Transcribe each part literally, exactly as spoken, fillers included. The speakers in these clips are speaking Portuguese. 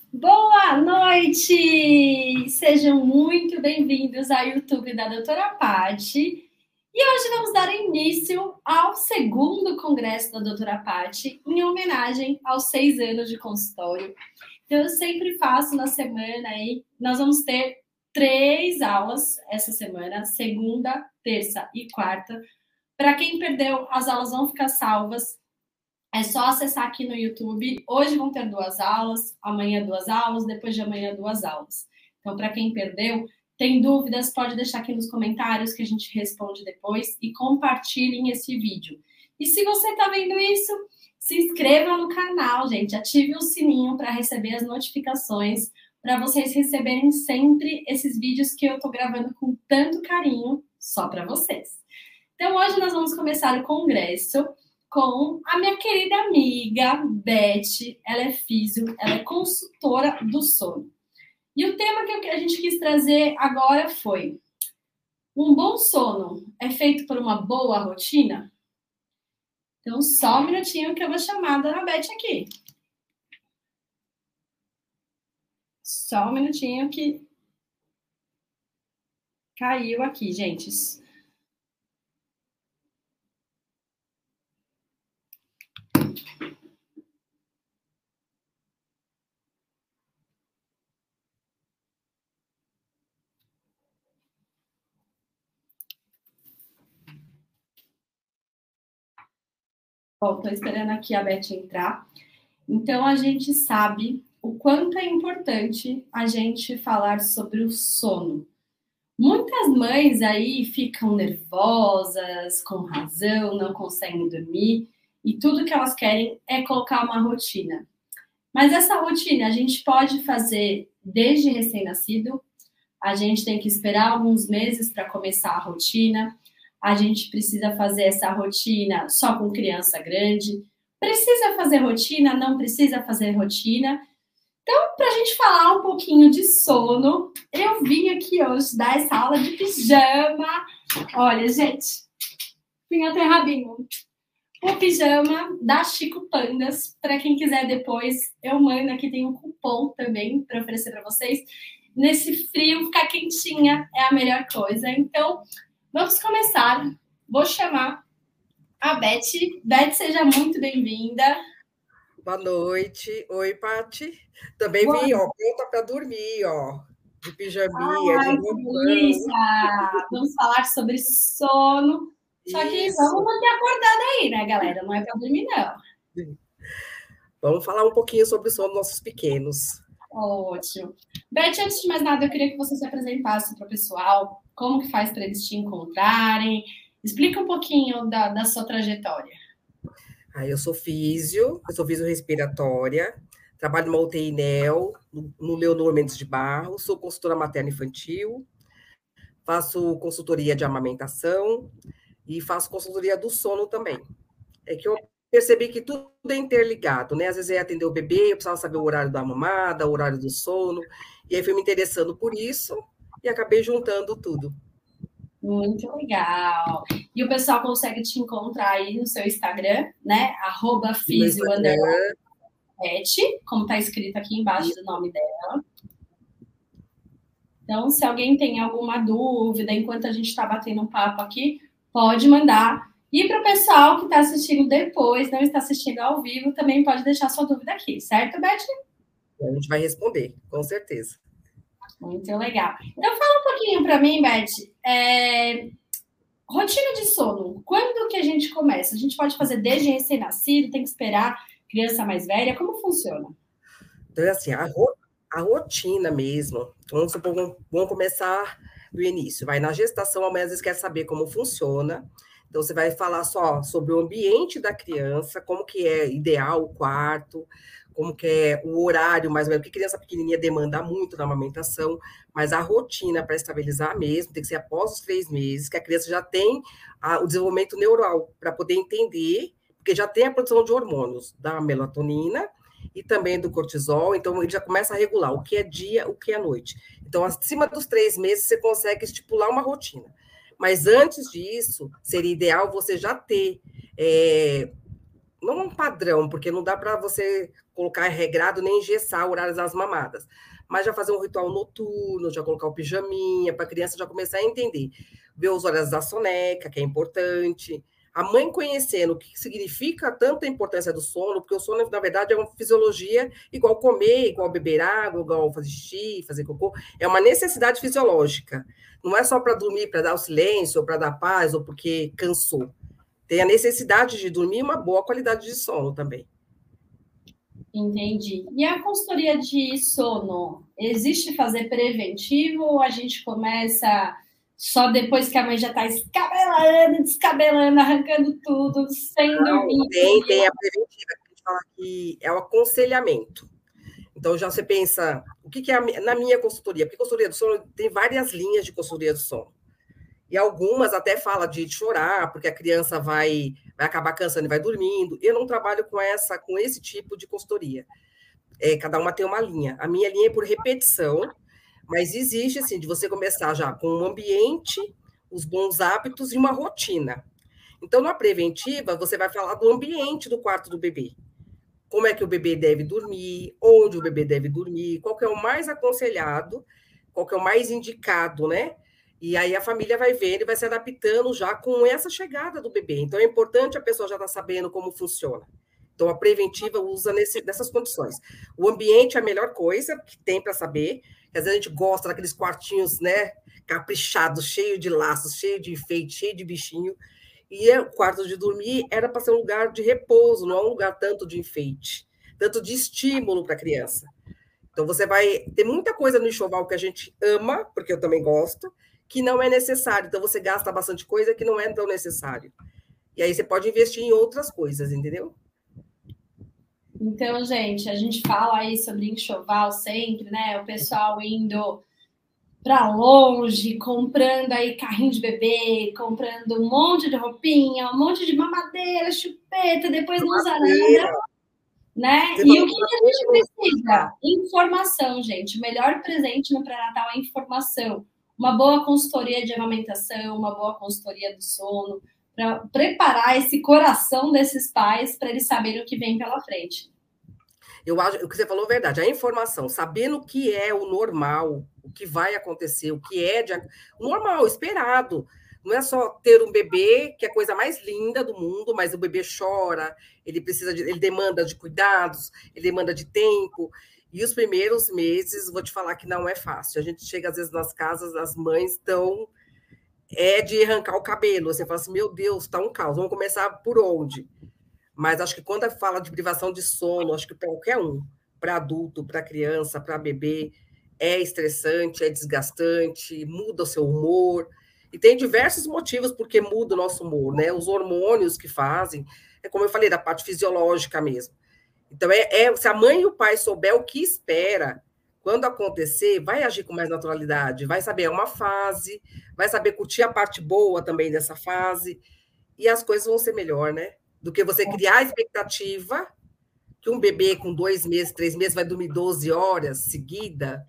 Boa noite! Sejam muito bem-vindos ao YouTube da doutora Paty. E hoje vamos dar início ao segundo congresso da doutora Paty, em homenagem aos seis anos de consultório. Então, eu sempre faço na semana aí, nós vamos ter três aulas essa semana, segunda, terça e quarta. Para quem perdeu, as aulas vão ficar salvas. É só acessar aqui no YouTube. Hoje vão ter duas aulas, amanhã duas aulas, depois de amanhã duas aulas. Então, para quem perdeu, tem dúvidas, pode deixar aqui nos comentários que a gente responde depois e compartilhem esse vídeo. E se você está vendo isso, se inscreva no canal, gente. Ative o sininho para receber as notificações, para vocês receberem sempre esses vídeos que eu estou gravando com tanto carinho só para vocês. Então, hoje nós vamos começar o congresso com a minha querida amiga Beth. Ela é físio, ela é consultora do sono. E o tema que a gente quis trazer agora foi: um bom sono é feito por uma boa rotina? Então, só um minutinho que eu vou chamar a dona Beth aqui. Só um minutinho que caiu aqui, gente. Bom, estou esperando aqui a Beth entrar. Então, a gente sabe o quanto é importante a gente falar sobre o sono. Muitas mães aí ficam nervosas, com razão, não conseguem dormir, e tudo que elas querem é colocar uma rotina. Mas essa rotina a gente pode fazer desde recém-nascido, a gente tem que esperar alguns meses para começar a rotina, a gente precisa fazer essa rotina só com criança grande, precisa fazer rotina, não precisa fazer rotina. Então, para a gente falar um pouquinho de sono, eu vim aqui hoje dar essa aula de pijama. Olha, gente, vim até rabinho. O pijama da Chico Pandas. Para quem quiser depois, eu mando aqui, tem um cupom também para oferecer para vocês. Nesse frio, ficar quentinha é a melhor coisa. Então, vamos começar. Vou chamar a Beth. Beth, seja muito bem-vinda. Boa noite. Oi, Paty. Também Boa vim, ó, pronta para dormir, ó, de pijaminha, Ai, de delícia! Vamos falar sobre sono. Só que Isso. Vamos manter acordada aí, né, galera? Não é para dormir, não. Vamos falar um pouquinho sobre o sono dos nossos pequenos. Ótimo. Beth, antes de mais nada, eu queria que você se apresentasse para o pessoal. Como que faz para eles te encontrarem? Explica um pouquinho da, da sua trajetória. Ah, eu sou físio, eu sou físio-respiratória, trabalho numa U T I N E L, no, no Leonor Mendes de Barros, sou consultora materno-infantil, faço consultoria de amamentação e faço consultoria do sono também. É que eu percebi que tudo é interligado, né? Às vezes eu ia atender o bebê, eu precisava saber o horário da mamada, o horário do sono, e aí fui me interessando por isso e acabei juntando tudo. Muito legal. E o pessoal consegue te encontrar aí no seu Instagram, né? Arroba Físio Pet, como está escrito aqui embaixo do nome dela. Então, se alguém tem alguma dúvida, enquanto a gente está batendo um papo aqui, pode mandar. E para o pessoal que está assistindo depois, não está assistindo ao vivo, também pode deixar sua dúvida aqui, certo, Beth? A gente vai responder, com certeza. Muito legal. Então, fala um pouquinho para mim, Beth. É... Rotina de sono. Quando que a gente começa? A gente pode fazer desde recém-nascido, tem que esperar criança mais velha? Como funciona? Então, é assim, a, ro a rotina mesmo. Vamos, supor, vamos começar do início. Vai na gestação, a mãe às vezes quer saber como funciona. Então, você vai falar só sobre o ambiente da criança, como que é ideal o quarto, como que é o horário, mais ou menos, porque criança pequenininha demanda muito na amamentação, mas a rotina para estabilizar mesmo tem que ser após os três meses, que a criança já tem a, o desenvolvimento neural para poder entender, porque já tem a produção de hormônios da melatonina e também do cortisol, então ele já começa a regular o que é dia, o que é noite. Então, acima dos três meses, você consegue estipular uma rotina. Mas antes disso, seria ideal você já ter é, não um padrão, porque não dá para você colocar regrado nem engessar horários das mamadas, mas já fazer um ritual noturno, já colocar o pijaminha, para a criança já começar a entender. Ver os horários da soneca, que é importante. A mãe conhecendo o que significa tanta importância do sono, porque o sono, na verdade, é uma fisiologia igual comer, igual beber água, igual fazer xixi, fazer cocô. É uma necessidade fisiológica. Não é só para dormir, para dar o silêncio, ou para dar paz, ou porque cansou. Tem a necessidade de dormir e uma boa qualidade de sono também. Entendi. E a consultoria de sono, existe fazer preventivo ou a gente começa só depois que a mãe já está escabelando, descabelando, arrancando tudo, sem dormir? Tem, tem a preventiva, que a gente fala que é o aconselhamento. Então, já você pensa, o que, que é na minha consultoria? Porque consultoria do sono tem várias linhas de consultoria do sono. E algumas até falam de chorar, porque a criança vai, vai acabar cansando e vai dormindo. Eu não trabalho com essa, com esse tipo de consultoria. É, cada uma tem uma linha. A minha linha é por repetição, mas existe, assim, de você começar já com um ambiente, os bons hábitos e uma rotina. Então, na preventiva, você vai falar do ambiente do quarto do bebê. Como é que o bebê deve dormir, onde o bebê deve dormir, qual que é o mais aconselhado, qual que é o mais indicado, né? E aí a família vai vendo e vai se adaptando já com essa chegada do bebê. Então, é importante a pessoa já estar sabendo como funciona. Então, a preventiva usa nesse, nessas condições. O ambiente é a melhor coisa que tem para saber. Às vezes a gente gosta daqueles quartinhos, né, caprichados, cheio de laços, cheio de enfeite, cheio de bichinho. E o quarto de dormir era para ser um lugar de repouso, não é um lugar tanto de enfeite, tanto de estímulo para a criança. Então, você vai ter muita coisa no enxoval que a gente ama, porque eu também gosto, que não é necessário. Então, você gasta bastante coisa que não é tão necessário. E aí você pode investir em outras coisas, entendeu? Então, gente, a gente fala aí sobre enxoval sempre, né? O pessoal indo para longe, comprando aí carrinho de bebê, comprando um monte de roupinha, um monte de mamadeira, chupeta, depois não usa nada, né? E o que a gente precisa? Informação, gente. O melhor presente no pré-natal é informação. Uma boa consultoria de amamentação, uma boa consultoria do sono, para preparar esse coração desses pais para eles saberem o que vem pela frente. Eu acho o que você falou é verdade, a informação, sabendo o que é o normal, o que vai acontecer, o que é de, o normal, esperado. Não é só ter um bebê, que é a coisa mais linda do mundo, mas o bebê chora, ele precisa de, ele demanda de cuidados, ele demanda de tempo. E os primeiros meses, vou te falar que não é fácil. A gente chega, às vezes, nas casas, as mães estão é de arrancar o cabelo. Você fala assim, meu Deus, está um caos. Vamos começar por onde? Mas acho que quando fala de privação de sono, acho que para qualquer um, para adulto, para criança, para bebê, é estressante, é desgastante, muda o seu humor. E tem diversos motivos por que muda o nosso humor, né? Os hormônios que fazem, é como eu falei, da parte fisiológica mesmo. Então, é, é se a mãe e o pai souber o que espera, quando acontecer, vai agir com mais naturalidade, vai saber, é uma fase, vai saber curtir a parte boa também dessa fase, e as coisas vão ser melhor, né? Do que você criar a expectativa que um bebê com dois meses, três meses vai dormir doze horas seguida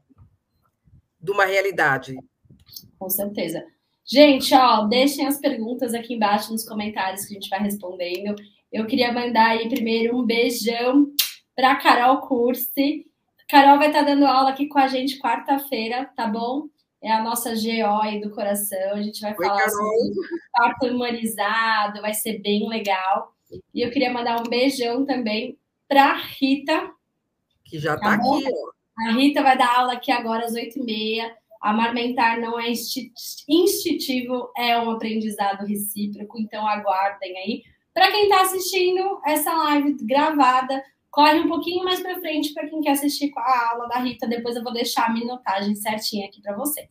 de uma realidade. Com certeza. Gente, ó, deixem as perguntas aqui embaixo nos comentários que a gente vai respondendo. Eu queria mandar aí primeiro um beijão para Carol Cursi. Carol vai estar dando aula aqui com a gente quarta-feira, tá bom? É a nossa G O aí do coração. A gente vai Oi, falar Carol. sobre parto humanizado, vai ser bem legal. E eu queria mandar um beijão também para Rita. Que já está tá aqui, ó. A Rita vai dar aula aqui agora às oito e meia. Amamentar não é instintivo, é um aprendizado recíproco, então aguardem aí. Para quem está assistindo essa live gravada, corre um pouquinho mais para frente para quem quer assistir com a aula da Rita. Depois eu vou deixar a minutagem certinha aqui para vocês.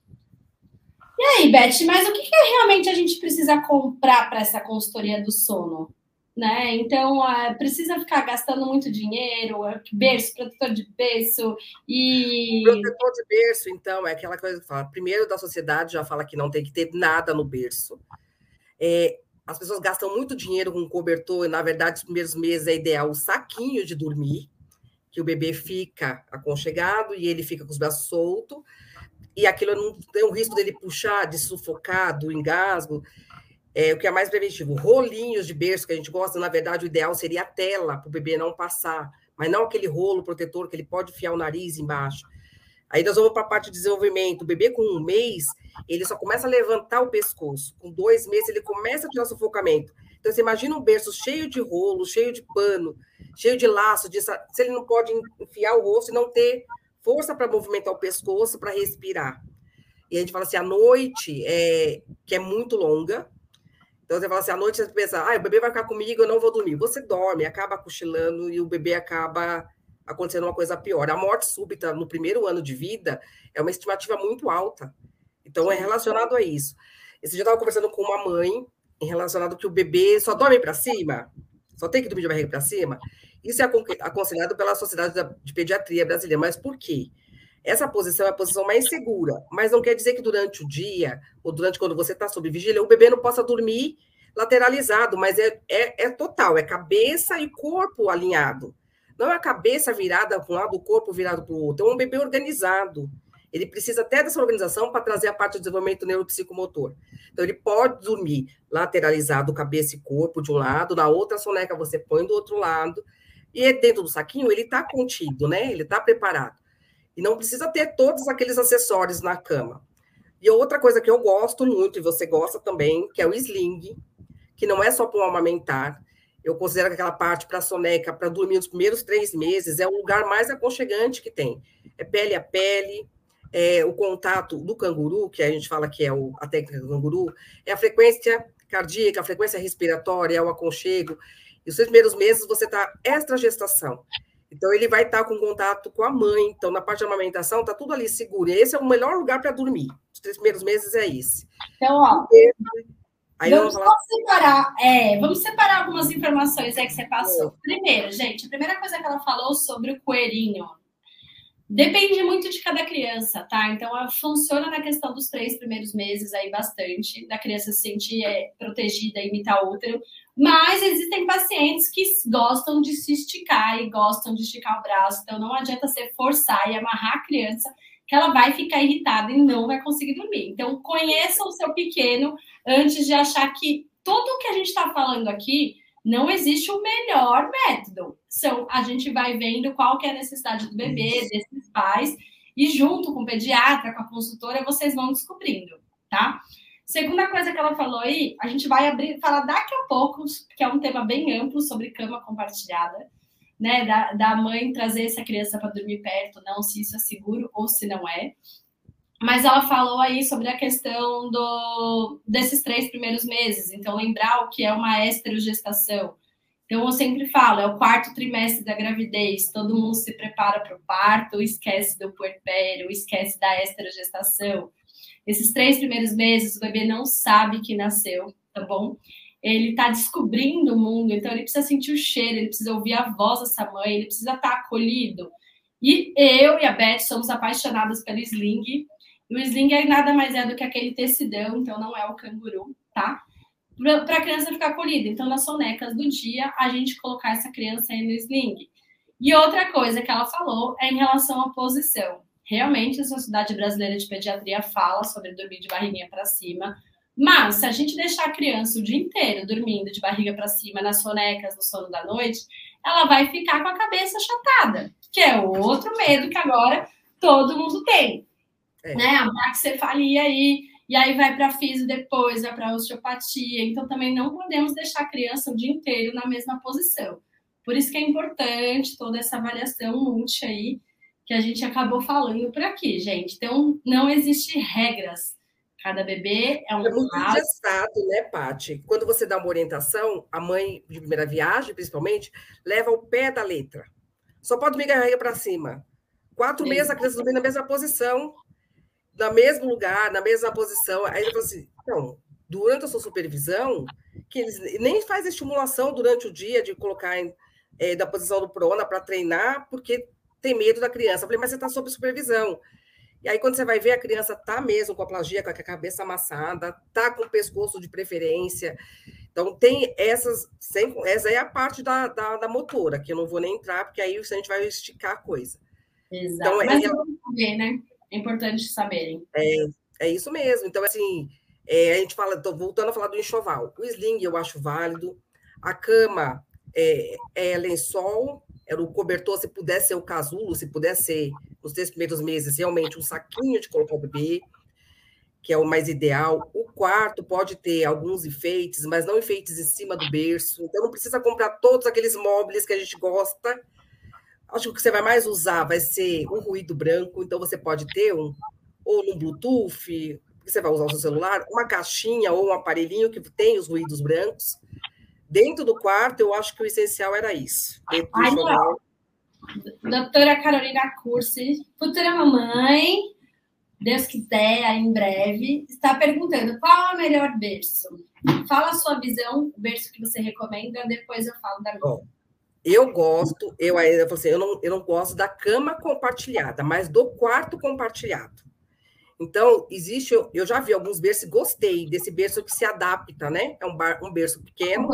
E aí, Beth, mas o que, que realmente a gente precisa comprar para essa consultoria do sono? Né? Então, uh, precisa ficar gastando muito dinheiro, berço, protetor de berço e... Protetor de berço, então, é aquela coisa que fala, primeiro da sociedade já fala que não tem que ter nada no berço. É, as pessoas gastam muito dinheiro com cobertor, e, na verdade, os primeiros meses é ideal o saquinho de dormir, que o bebê fica aconchegado e ele fica com os braços soltos, e aquilo não tem o risco dele puxar, de sufocar, do engasgo. É, o que é mais preventivo, rolinhos de berço, que a gente gosta, na verdade, o ideal seria a tela, para o bebê não passar, mas não aquele rolo protetor que ele pode enfiar o nariz embaixo. Aí nós vamos para a parte de desenvolvimento. O bebê com um mês, ele só começa a levantar o pescoço. Com dois meses, ele começa a tirar sufocamento. Então, você imagina um berço cheio de rolo, cheio de pano, cheio de laço, de... se ele não pode enfiar o rosto e não ter força para movimentar o pescoço, para respirar. E a gente fala assim, a noite, é, que é muito longa, então você fala assim, à noite você pensa, ah, o bebê vai ficar comigo, eu não vou dormir. Você dorme, acaba cochilando e o bebê acaba acontecendo uma coisa pior. A morte súbita no primeiro ano de vida é uma estimativa muito alta. Então, é relacionado a isso. Esse dia eu estava conversando com uma mãe em relacionado que o bebê só dorme para cima, só tem que dormir de barriga para cima. Isso é aconselhado pela Sociedade de Pediatria Brasileira. Mas por quê? Essa posição é a posição mais segura, mas não quer dizer que durante o dia, ou durante quando você está sob vigília, o bebê não possa dormir lateralizado, mas é, é, é total, é cabeça e corpo alinhado. Não é a cabeça virada para um lado, o corpo virado para o outro. É um bebê organizado. Ele precisa até dessa organização para trazer a parte do desenvolvimento neuropsicomotor. Então, ele pode dormir lateralizado, cabeça e corpo de um lado, na outra soneca você põe do outro lado, e dentro do saquinho ele está contido, né? Ele está preparado. E não precisa ter todos aqueles acessórios na cama. E outra coisa que eu gosto muito, e você gosta também, que é o sling, que não é só para o amamentar. Eu considero que aquela parte para a soneca, para dormir nos primeiros três meses, é o lugar mais aconchegante que tem. É pele a pele, é o contato do canguru, que a gente fala que é o, a técnica do canguru, é a frequência cardíaca, a frequência respiratória, é o aconchego. E os seus primeiros meses você está extra-gestação. Então, ele vai estar com contato com a mãe. Então, na parte de amamentação, está tudo ali seguro. E esse é o melhor lugar para dormir. Os três primeiros meses é esse. Então, ó, aí vamos, vamos, falar... separar, é, vamos separar algumas informações aí que você passou. É. Primeiro, gente, a primeira coisa que ela falou sobre o coelhinho. Depende muito de cada criança, tá? Então, ela funciona na questão dos três primeiros meses aí bastante, da criança se sentir é, protegida e imitar útero. Mas existem pacientes que gostam de se esticar e gostam de esticar o braço. Então, não adianta você forçar e amarrar a criança, que ela vai ficar irritada e não vai conseguir dormir. Então, conheça o seu pequeno antes de achar que tudo o que a gente está falando aqui não existe o melhor método. São, a gente vai vendo qual que é a necessidade do bebê, desses pais, e junto com o pediatra, com a consultora, vocês vão descobrindo, tá? Segunda coisa que ela falou aí, a gente vai abrir, falar daqui a pouco, que é um tema bem amplo sobre cama compartilhada, né? Da, da mãe trazer essa criança para dormir perto, não se isso é seguro ou se não é. Mas ela falou aí sobre a questão do, desses três primeiros meses. Então, lembrar o que é uma esterogestação. Então, eu sempre falo, é o quarto trimestre da gravidez. Todo mundo se prepara para o parto, esquece do puerpério, esquece da esterogestação. Esses três primeiros meses, o bebê não sabe que nasceu, tá bom? Ele está descobrindo o mundo, então ele precisa sentir o cheiro, ele precisa ouvir a voz dessa mãe, ele precisa estar acolhido. E eu e a Beth somos apaixonadas pelo sling. E o sling é nada mais é do que aquele tecidão, então não é o canguru, tá? Para a criança ficar acolhida. Então, nas sonecas do dia, a gente colocar essa criança aí no sling. E outra coisa que ela falou é em relação à posição. Realmente, a Sociedade Brasileira de Pediatria fala sobre dormir de barriguinha para cima, mas se a gente deixar a criança o dia inteiro dormindo de barriga para cima nas sonecas, no sono da noite, ela vai ficar com a cabeça achatada, que é outro medo que agora todo mundo tem. É. Né? A braquicefalia aí, e aí vai para a fisio depois, vai para a osteopatia. Então, também não podemos deixar a criança o dia inteiro na mesma posição. Por isso que é importante toda essa avaliação multi aí, que a gente acabou falando por aqui, gente. Então, não existe regras. Cada bebê é um É muito engessado, né, Paty? Quando você dá uma orientação, a mãe de primeira viagem, principalmente, leva o pé da letra. Só pode me carregar para cima. Quatro meses a criança dormir na mesma posição, no mesmo lugar, na mesma posição. Aí eu falo assim, então, durante a sua supervisão, que eles nem faz estimulação durante o dia de colocar em, é, da posição do prona para treinar, porque tem medo da criança. Eu falei, mas você está sob supervisão. E aí, quando você vai ver, a criança está mesmo com a plagia, com a cabeça amassada, está com o pescoço de preferência. Então, tem essas... Sem, essa é a parte da, da, da motora, que eu não vou nem entrar, porque aí a gente vai esticar a coisa. Exato. Então, mas é, vamos saber, né? É importante saberem. É, é isso mesmo. Então, assim, É, a gente fala, tô voltando a falar do enxoval. O sling eu acho válido. A cama é, é lençol, era o cobertor, se pudesse ser o casulo, se pudesse ser, nos três primeiros meses, realmente um saquinho de colocar o bebê, que é o mais ideal. O quarto pode ter alguns enfeites, mas não enfeites em cima do berço. Então, não precisa comprar todos aqueles móveis que a gente gosta. Acho que o que você vai mais usar vai ser o ruído branco. Então, você pode ter um, ou no Bluetooth, que você vai usar o seu celular, uma caixinha ou um aparelhinho que tem os ruídos brancos. Dentro do quarto, eu acho que o essencial era isso. Dentro do Ai, enxoval. doutora Carolina Cursi, futura mamãe, Deus quiser, aí em breve, está perguntando qual é o melhor berço. Fala a sua visão, o berço que você recomenda, depois eu falo da minha. Bom, eu gosto, eu ainda assim, eu não, eu não gosto da cama compartilhada, mas do quarto compartilhado. Então, existe, eu, eu já vi alguns berços e gostei desse berço que se adapta, né? É um, bar, um berço pequeno.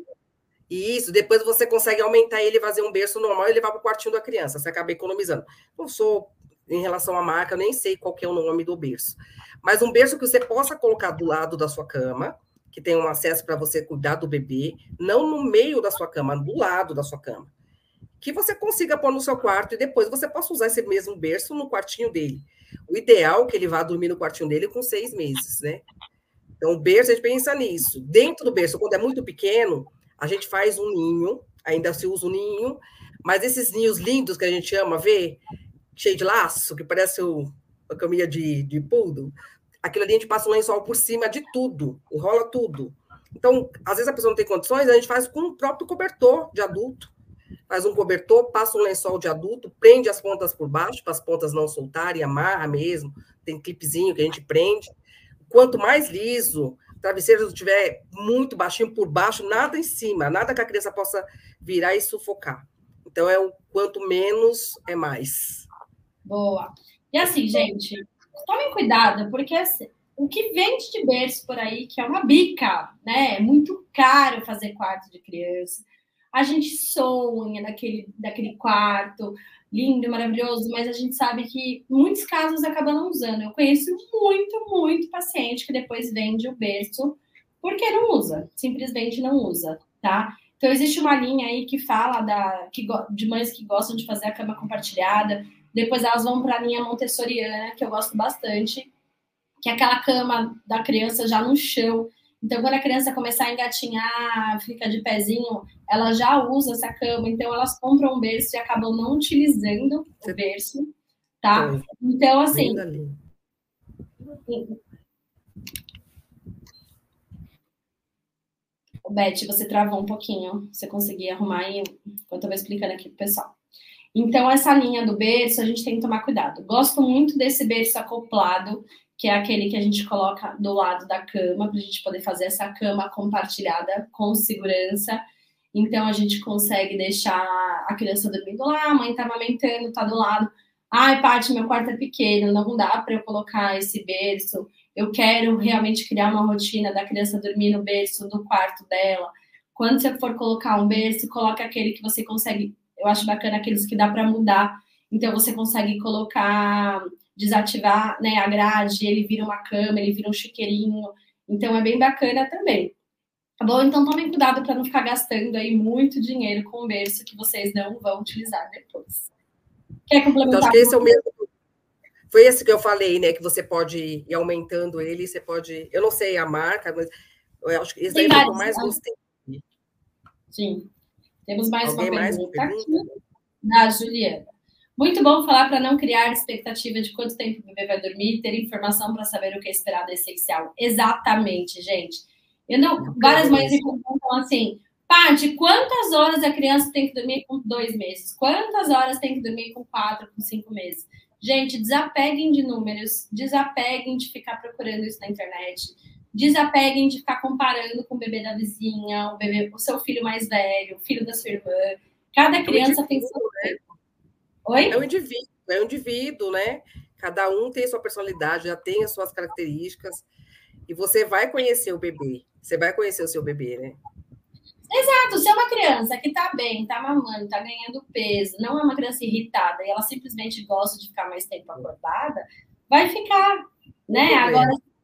E isso, depois você consegue aumentar ele e fazer um berço normal e levar para o quartinho da criança. Você acaba economizando. Não sou, em relação à marca, nem sei qual que é o nome do berço. Mas um berço que você possa colocar do lado da sua cama, que tem um acesso para você cuidar do bebê, não no meio da sua cama, do lado da sua cama. Que você consiga pôr no seu quarto e depois você possa usar esse mesmo berço no quartinho dele. O ideal é que ele vá dormir no quartinho dele com seis meses, né? Então, o berço, a gente pensa nisso. Dentro do berço, quando é muito pequeno, a gente faz um ninho, ainda se usa um ninho, mas esses ninhos lindos que a gente ama ver, cheio de laço, que parece o, a caminha de, de poodle, aquilo ali a gente passa um lençol por cima de tudo, enrola tudo. Então, às vezes a pessoa não tem condições, a gente faz com o próprio cobertor de adulto. Faz um cobertor, passa um lençol de adulto, prende as pontas por baixo, para as pontas não soltarem, amarra mesmo, tem clipezinho que a gente prende. Quanto mais liso, o travesseiro estiver muito baixinho por baixo, nada em cima, nada que a criança possa virar e sufocar. Então, é o quanto menos é mais. Boa. E assim, gente, tomem cuidado, porque assim, o que vende de berço por aí, que é uma bica, né? É muito caro fazer quarto de criança. A gente sonha daquele, daquele quarto lindo, maravilhoso, mas a gente sabe que muitos casos acabam não usando. Eu conheço muito, muito paciente que depois vende o berço porque não usa, simplesmente não usa, tá? Então, existe uma linha aí que fala da, que, de mães que gostam de fazer a cama compartilhada, depois elas vão para a linha montessoriana, que eu gosto bastante, que é aquela cama da criança já no chão. Então, quando a criança começar a engatinhar, fica de pezinho, ela já usa essa cama. Então, elas compram um berço e acabam não utilizando o berço, tá? Então, assim... Beth, você travou um pouquinho. Você conseguia arrumar aí enquanto eu vou explicando aqui pro pessoal. Então, essa linha do berço, a gente tem que tomar cuidado. Gosto muito desse berço acoplado, que é aquele que a gente coloca do lado da cama, para a gente poder fazer essa cama compartilhada com segurança. Então, a gente consegue deixar a criança dormindo lá, a mãe tá amamentando, tá do lado. Ai, Paty, meu quarto é pequeno, não dá para eu colocar esse berço. Eu quero realmente criar uma rotina da criança dormir no berço do quarto dela. Quando você for colocar um berço, coloque aquele que você consegue... Eu acho bacana aqueles que dá para mudar. Então, você consegue colocar... desativar, né, a grade, ele vira uma cama, ele vira um chiqueirinho. Então, é bem bacana também. Tá bom? Então, tomem cuidado para não ficar gastando aí muito dinheiro com o berço que vocês não vão utilizar depois. Quer complementar? Então, acho que esse é o mesmo... Foi esse que eu falei, né? Que você pode ir aumentando ele, você pode... Eu não sei a marca, mas eu acho que esse daí foi o que eu mais gostei. Sim. Temos mais Alguém uma mais pergunta, pergunta? aqui da Juliana. Muito bom falar para não criar expectativa de quanto tempo o bebê vai dormir, ter informação para saber o que é esperado é essencial. Exatamente, gente. Eu não, várias mães me perguntam assim, Paty, quantas horas a criança tem que dormir com dois meses? Quantas horas tem que dormir com quatro, com cinco meses? Gente, desapeguem de números, desapeguem de ficar procurando isso na internet, desapeguem de ficar comparando com o bebê da vizinha, o, bebê, o seu filho mais velho, o filho da sua irmã. Cada criança tem seu tempo. Oi? É um indivíduo, é um indivíduo, né? Cada um tem sua personalidade, já tem as suas características, e você vai conhecer o bebê, você vai conhecer o seu bebê, né? Exato, se é uma criança que tá bem, tá mamando, tá ganhando peso, não é uma criança irritada e ela simplesmente gosta de ficar mais tempo acordada, vai ficar, né? Agora,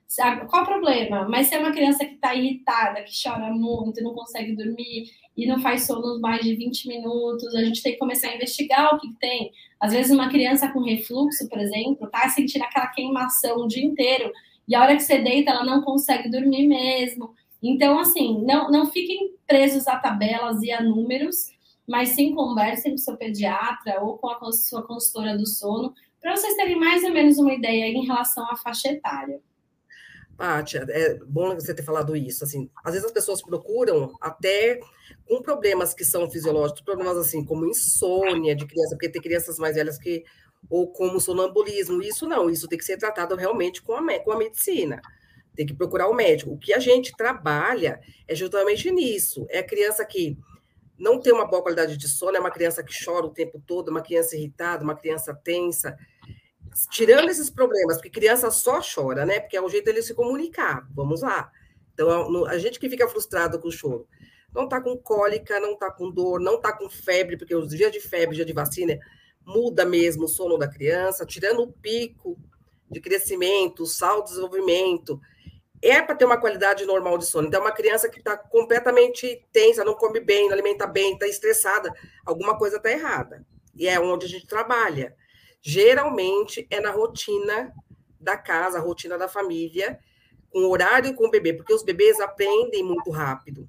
Qual o problema? Mas se é uma criança que está irritada, que chora muito, não consegue dormir e não faz sono mais de vinte minutos, a gente tem que começar a investigar o que tem. Às vezes uma criança com refluxo, por exemplo, está sentindo aquela queimação o dia inteiro e a hora que você deita ela não consegue dormir mesmo. Então, assim, não, não fiquem presos a tabelas e a números, mas sim conversem com o seu pediatra ou com a sua consultora do sono, para vocês terem mais ou menos uma ideia em relação à faixa etária. Paty, é bom você ter falado isso. Assim, às vezes as pessoas procuram até com problemas que são fisiológicos, problemas assim como insônia de criança, porque tem crianças mais velhas que, ou como sonambulismo, isso não, isso tem que ser tratado realmente com a, com a medicina. Tem que procurar o médico. O que a gente trabalha é justamente nisso. É a criança que não tem uma boa qualidade de sono, é uma criança que chora o tempo todo, uma criança irritada, uma criança tensa. Tirando esses problemas, porque criança só chora, né? Porque é o jeito dele se comunicar. Vamos lá. Então, a gente que fica frustrado com o choro, não está com cólica, não está com dor, não está com febre, porque os dias de febre, dia de vacina, muda mesmo o sono da criança, tirando o pico de crescimento, o salto de desenvolvimento, é para ter uma qualidade normal de sono. Então, uma criança que está completamente tensa, não come bem, não alimenta bem, está estressada, alguma coisa está errada. E é onde a gente trabalha. Geralmente é na rotina da casa, a rotina da família, com horário com o bebê, porque os bebês aprendem muito rápido.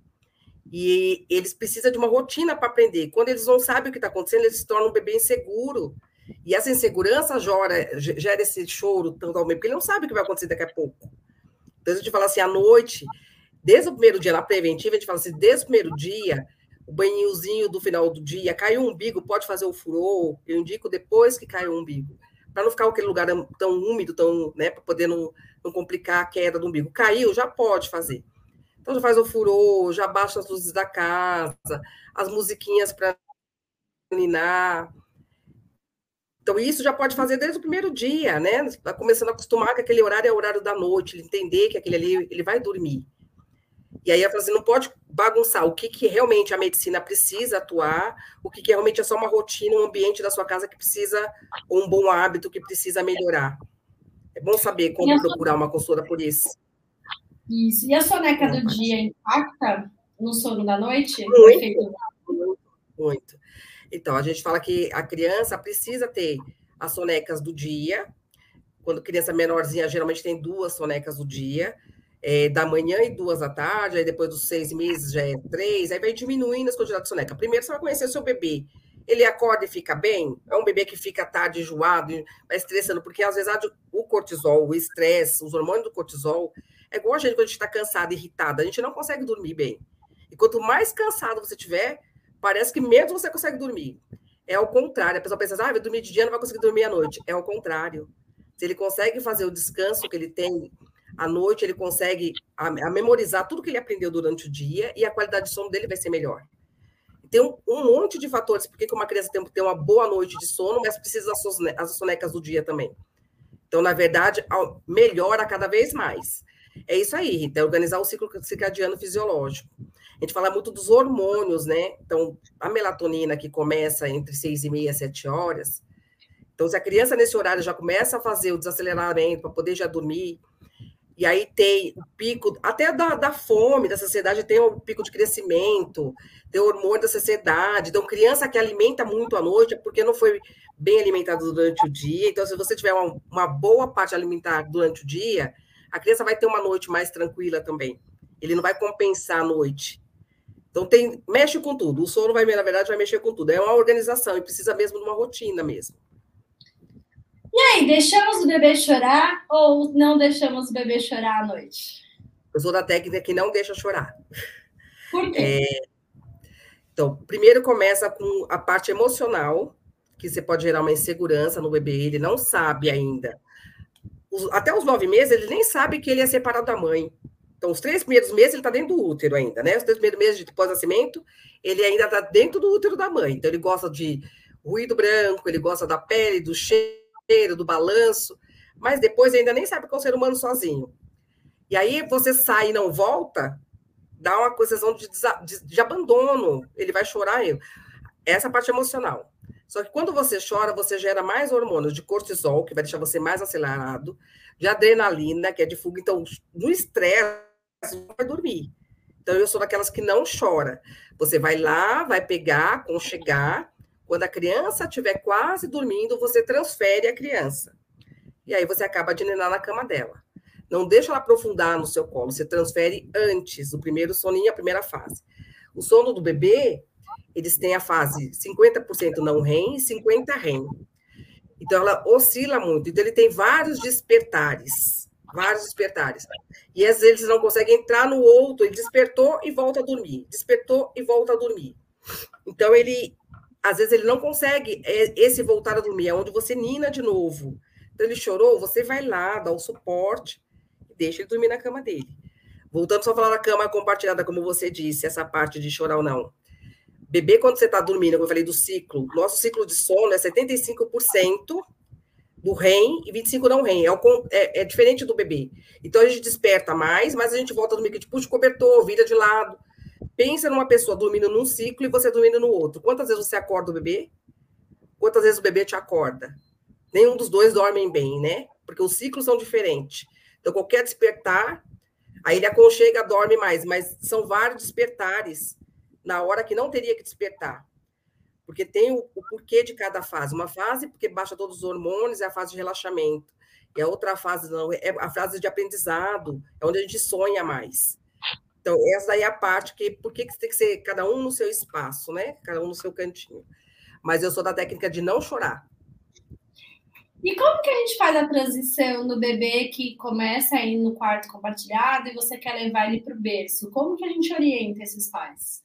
E eles precisam de uma rotina para aprender. Quando eles não sabem o que está acontecendo, eles se tornam um bebê inseguro. E essa insegurança gera, gera esse choro tanto ao meio, porque ele não sabe o que vai acontecer daqui a pouco. Então, a gente fala assim, à noite, desde o primeiro dia, na preventiva, a gente fala assim, desde o primeiro dia, o banhozinho do final do dia, caiu o umbigo, pode fazer o furor, eu indico depois que cai o umbigo, para não ficar aquele lugar tão úmido, tão, né, para poder não, não complicar a queda do umbigo. Caiu, já pode fazer. Então, já faz o furor, já baixa as luzes da casa, as musiquinhas para ninar. Então, isso já pode fazer desde o primeiro dia, né? Tá começando a acostumar que aquele horário é o horário da noite, ele entender que aquele ali ele vai dormir. E aí, assim, não pode bagunçar o que, que realmente a medicina precisa atuar, o que, que realmente é só uma rotina, um ambiente da sua casa que precisa, ou um bom hábito que precisa melhorar. É bom saber como procurar uma consultora por isso. Isso. E a soneca do dia impacta no sono da noite? Muito, muito, muito. Então, a gente fala que a criança precisa ter as sonecas do dia. Quando criança menorzinha, geralmente tem duas sonecas do dia, é, da manhã e duas da tarde, aí depois dos seis meses já é três, aí vai diminuindo as quantidades de soneca. Primeiro, você vai conhecer o seu bebê. Ele acorda e fica bem? É um bebê que fica tarde enjoado, vai estressando, porque às vezes o cortisol, o estresse, os hormônios do cortisol, é igual a gente quando a gente está cansado, irritado, a gente não consegue dormir bem. E quanto mais cansado você tiver, parece que menos você consegue dormir. É ao contrário. A pessoa pensa, ah, vai dormir de dia, não vai conseguir dormir à noite. É ao contrário. Se ele consegue fazer o descanso que ele tem à noite, ele consegue a, a memorizar tudo que ele aprendeu durante o dia e a qualidade de sono dele vai ser melhor. Tem um, um monte de fatores porque uma criança tem que ter uma boa noite de sono, mas precisa das as sonecas do dia também. Então, na verdade, melhora cada vez mais. É isso aí, Rita, é organizar o ciclo circadiano fisiológico. A gente fala muito dos hormônios, né? Então, a melatonina que começa entre seis e meia, sete horas. Então, se a criança nesse horário já começa a fazer o desaceleramento para poder já dormir, e aí tem o pico, até da, da fome, da saciedade, tem o pico de crescimento, tem o hormônio da saciedade. Então, criança que alimenta muito à noite é porque não foi bem alimentada durante o dia. Então, se você tiver uma, uma boa parte alimentar durante o dia, a criança vai ter uma noite mais tranquila também. Ele não vai compensar a noite. Então, tem, mexe com tudo. O sono, vai, na verdade, vai mexer com tudo. É uma organização e precisa mesmo de uma rotina mesmo. E aí, deixamos o bebê chorar ou não deixamos o bebê chorar à noite? Eu sou da técnica que não deixa chorar. Por quê? É, então, primeiro começa com a parte emocional, que você pode gerar uma insegurança no bebê, ele não sabe ainda. Os, até os nove meses, ele nem sabe que ele é separado da mãe. Então, os três primeiros meses, ele está dentro do útero ainda, né? Os três primeiros meses de pós-nascimento, ele ainda está dentro do útero da mãe. Então, ele gosta de ruído branco, ele gosta da pele, do cheiro, do balanço, mas depois ainda nem sabe que é um ser humano sozinho. E aí, você sai e não volta, dá uma sensação de, de, de abandono, ele vai chorar. Essa parte emocional. Só que quando você chora, você gera mais hormônios de cortisol, que vai deixar você mais acelerado, de adrenalina, que é de fuga. Então, no estresse, você vai dormir. Então, eu sou daquelas que não chora. Você vai lá, vai pegar, aconchegar. Quando a criança estiver quase dormindo, você transfere a criança. E aí você acaba de ninar na cama dela. Não deixa ela aprofundar no seu colo. Você transfere antes, o primeiro soninho, a primeira fase. O sono do bebê, eles têm a fase cinquenta por cento não REM e cinquenta por cento REM. Então, ela oscila muito. Então, ele tem vários despertares. Vários despertares. E, às vezes, eles não conseguem entrar no outro. Ele despertou e volta a dormir. Despertou e volta a dormir. Então, ele... Às vezes, ele não consegue esse voltar a dormir. É onde você nina de novo. Então, ele chorou, você vai lá, dá o suporte e deixa ele dormir na cama dele. Voltando só a falar da cama compartilhada, como você disse, essa parte de chorar ou não. Bebê, quando você está dormindo, como eu falei do ciclo, nosso ciclo de sono é setenta e cinco por cento do REM e vinte e cinco por cento não REM. É, o, é, é diferente do bebê. Então, a gente desperta mais, mas a gente volta a dormir, que a gente puxa o cobertor, vira de lado. Pensa numa pessoa dormindo num ciclo e você dormindo no outro. Quantas vezes você acorda o bebê? Quantas vezes o bebê te acorda? Nenhum dos dois dormem bem, né? Porque os ciclos são diferentes. Então, qualquer despertar, aí ele aconchega, dorme mais. Mas são vários despertares na hora que não teria que despertar. Porque tem o, o porquê de cada fase. Uma fase porque baixa todos os hormônios, é a fase de relaxamento. E a outra fase não, é a fase de aprendizado, é onde a gente sonha mais. Então, essa aí é a parte que... Por que tem que ser cada um no seu espaço, né? Cada um no seu cantinho. Mas eu sou da técnica de não chorar. E como que a gente faz a transição no bebê que começa a ir no quarto compartilhado e você quer levar ele para o berço? Como que a gente orienta esses pais?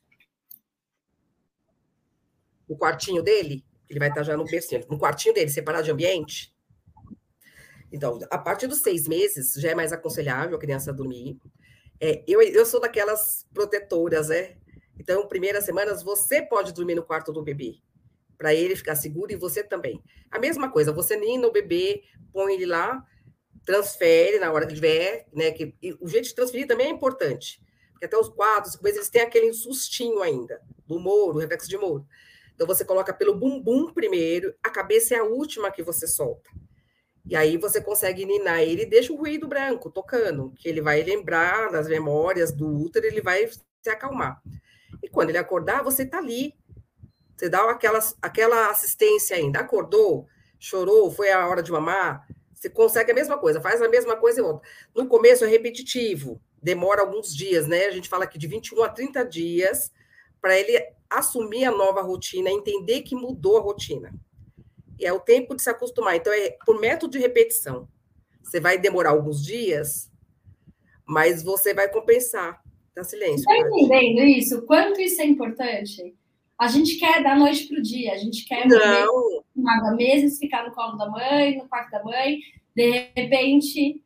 O quartinho dele, ele vai estar já no bercinho, no quartinho dele, separado de ambiente. Então, a partir dos seis meses, já é mais aconselhável a criança dormir. É, eu, eu sou daquelas protetoras, né? Então, primeiras semanas, você pode dormir no quarto do bebê, para ele ficar seguro e você também. A mesma coisa, você nina o bebê, põe ele lá, transfere na hora que tiver, né? Que, o jeito de transferir também é importante, porque até os quatro, cinco meses, eles têm aquele sustinho ainda, do Moro, reflexo de Moro. Então, você coloca pelo bumbum primeiro, a cabeça é a última que você solta. E aí você consegue ninar ele e deixa o ruído branco tocando, que ele vai lembrar das memórias do útero, ele vai se acalmar. E quando ele acordar, você está ali. Você dá aquela, aquela assistência ainda. Acordou, chorou, foi a hora de mamar, você consegue a mesma coisa, faz a mesma coisa e volta. No começo é repetitivo, demora alguns dias, né? A gente fala aqui de vinte e um a trinta dias para ele assumir a nova rotina, entender que mudou a rotina. E é o tempo de se acostumar. Então, é por método de repetição. Você vai demorar alguns dias, mas você vai compensar. Tá silêncio. Está entendendo isso? Quanto isso é importante? A gente quer da noite para o dia, a gente quer não nada meses, ficar no colo da mãe, no quarto da mãe, de repente.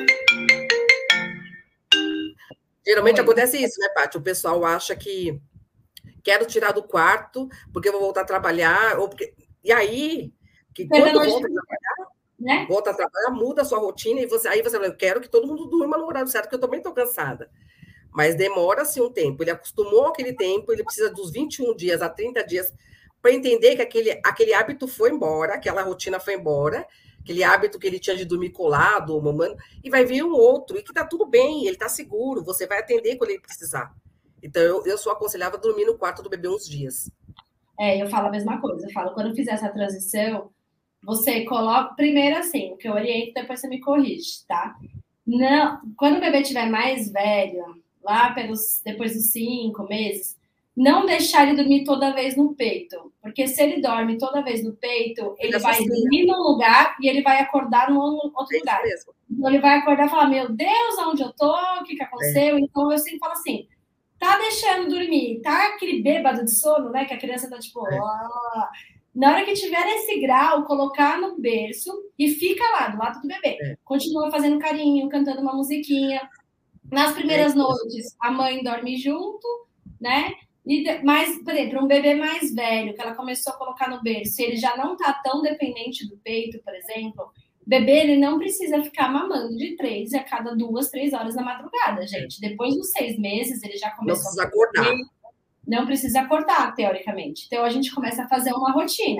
Geralmente Oi. Acontece isso, né, Paty? O pessoal acha que quero tirar do quarto, porque eu vou voltar a trabalhar, ou porque... e aí, que quando volta a trabalhar, né? volta a trabalhar, muda a sua rotina, e você, aí você fala, eu quero que todo mundo durma no horário certo, porque eu também estou cansada. Mas demora-se um tempo, ele acostumou aquele tempo, ele precisa dos vinte e um dias a trinta dias para entender que aquele, aquele hábito foi embora, aquela rotina foi embora, aquele hábito que ele tinha de dormir colado, ou mamando, e vai vir um outro, e que está tudo bem, ele está seguro, você vai atender quando ele precisar. Então, eu, eu sou aconselhava a dormir no quarto do bebê uns dias. É, eu falo a mesma coisa, eu falo, quando eu fizer essa transição, você coloca, primeiro assim, o que eu oriento, depois você me corrige, tá? Não, quando o bebê estiver mais velho, lá pelos, depois dos cinco meses, não deixar ele dormir toda vez no peito, porque se ele dorme toda vez no peito, ele, ele vai dormir num lugar e ele vai acordar num outro é lugar. Mesmo. Então, ele vai acordar e falar, meu Deus, onde eu tô? O que que aconteceu? É. Então, eu sempre falo assim, tá deixando dormir, tá aquele bêbado de sono, né, que a criança tá tipo, é. oh. Na hora que tiver esse grau, colocar no berço e fica lá, do lado do bebê. É. Continua fazendo carinho, cantando uma musiquinha. Nas primeiras é. noites, a mãe dorme junto, né? E, mas, por exemplo, um bebê mais velho, que ela começou a colocar no berço, ele já não tá tão dependente do peito, por exemplo, o bebê, ele não precisa ficar mamando de três a cada duas, três horas na madrugada, gente. Depois dos seis meses, ele já começou não precisa a acordar. Não precisa acordar, teoricamente. Então, a gente começa a fazer uma rotina.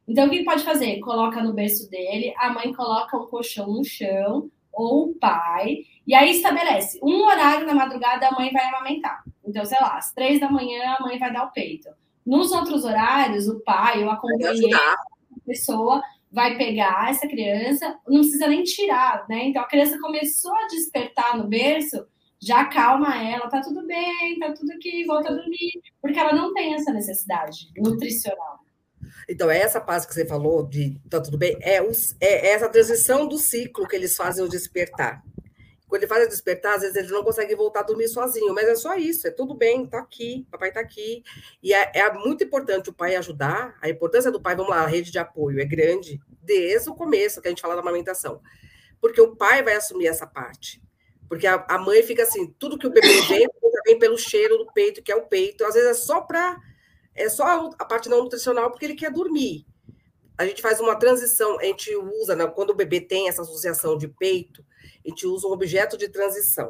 Então, o que ele pode fazer? Coloca no berço dele, a mãe coloca um colchão no chão, ou o pai, e aí estabelece um horário na madrugada, a mãe vai amamentar. Então, sei lá, às três da manhã, a mãe vai dar o peito. Nos outros horários, o pai ou a companheira, a pessoa vai pegar essa criança, não precisa nem tirar, né? Então, a criança começou a despertar no berço, já acalma ela, tá tudo bem, tá tudo aqui, volta a dormir, porque ela não tem essa necessidade nutricional. Então, essa parte que você falou de tá tudo bem, é, os, é essa transição do ciclo que eles fazem o despertar. Quando ele faz o despertar, às vezes ele não consegue voltar a dormir sozinho, mas é só isso, é tudo bem, tá aqui, papai tá aqui. E é, é muito importante o pai ajudar, a importância do pai, vamos lá, a rede de apoio é grande, desde o começo que a gente fala da amamentação, porque o pai vai assumir essa parte. Porque a, a mãe fica assim, tudo que o bebê vem, vem pelo cheiro do peito, que é o peito, às vezes é só para é só a parte não nutricional porque ele quer dormir. A gente faz uma transição, a gente usa, né, quando o bebê tem essa associação de peito, a gente usa um objeto de transição.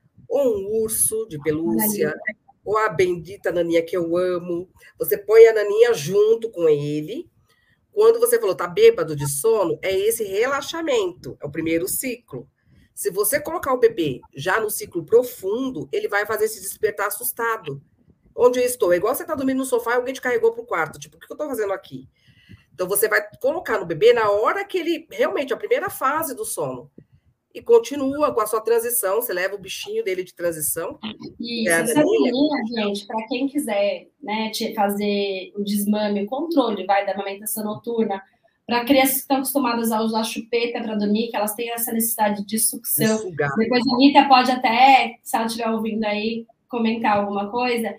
Ou um urso de pelúcia, ou a bendita naninha que eu amo. Você põe a naninha junto com ele. Quando você falou, tá bêbado de sono, é esse relaxamento, é o primeiro ciclo. Se você colocar o bebê já no ciclo profundo, ele vai fazer se despertar assustado. Onde eu estou? É igual você tá dormindo no sofá e alguém te carregou para o quarto. Tipo, o que eu estou fazendo aqui? Então, você vai colocar no bebê na hora que ele, realmente, a primeira fase do sono. E continua com a sua transição. Você leva o bichinho dele de transição. Isso, é essa linha, gente, para quem quiser, né, fazer o desmame, o controle, vai, da amamentação noturna, para crianças que estão acostumadas a usar chupeta para dormir, que elas têm essa necessidade de sucção. De Depois a Anitta pode até, se ela estiver ouvindo aí, comentar alguma coisa.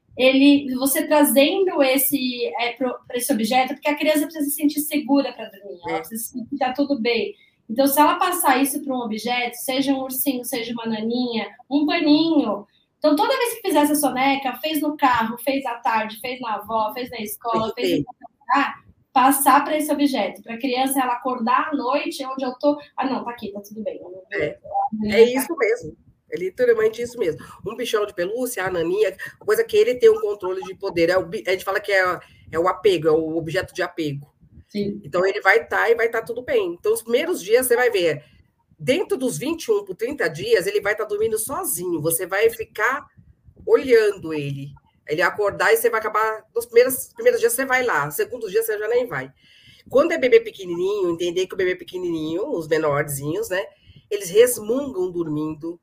Ele, você trazendo esse é, para esse objeto, porque a criança precisa se sentir segura para dormir, ela precisa se sentir que está tudo bem. Então, se ela passar isso para um objeto, seja um ursinho, seja uma naninha, um paninho. Então, toda vez que fizer essa soneca, fez no carro, fez à tarde, fez na avó, fez na escola, fez no ah, passar para esse objeto, para a criança ela acordar à noite, onde eu tô. Ah, não, tá aqui, tá tudo bem. É, é isso mesmo. É literalmente isso mesmo. Um bichão de pelúcia, a naninha, coisa que ele tem um controle de poder. É o, a gente fala que é, é o apego, é o objeto de apego. Sim. Então, ele vai estar tá, e vai estar tá tudo bem. Então, os primeiros dias, você vai ver, dentro dos vinte e um por trinta dias, ele vai estar tá dormindo sozinho. Você vai ficar olhando ele. Ele acordar e você vai acabar... Nos primeiros, primeiros dias, você vai lá. Nos segundos dias, você já nem vai. Quando é bebê pequenininho, entender que o bebê pequenininho, os menorzinhos, né? Eles resmungam dormindo.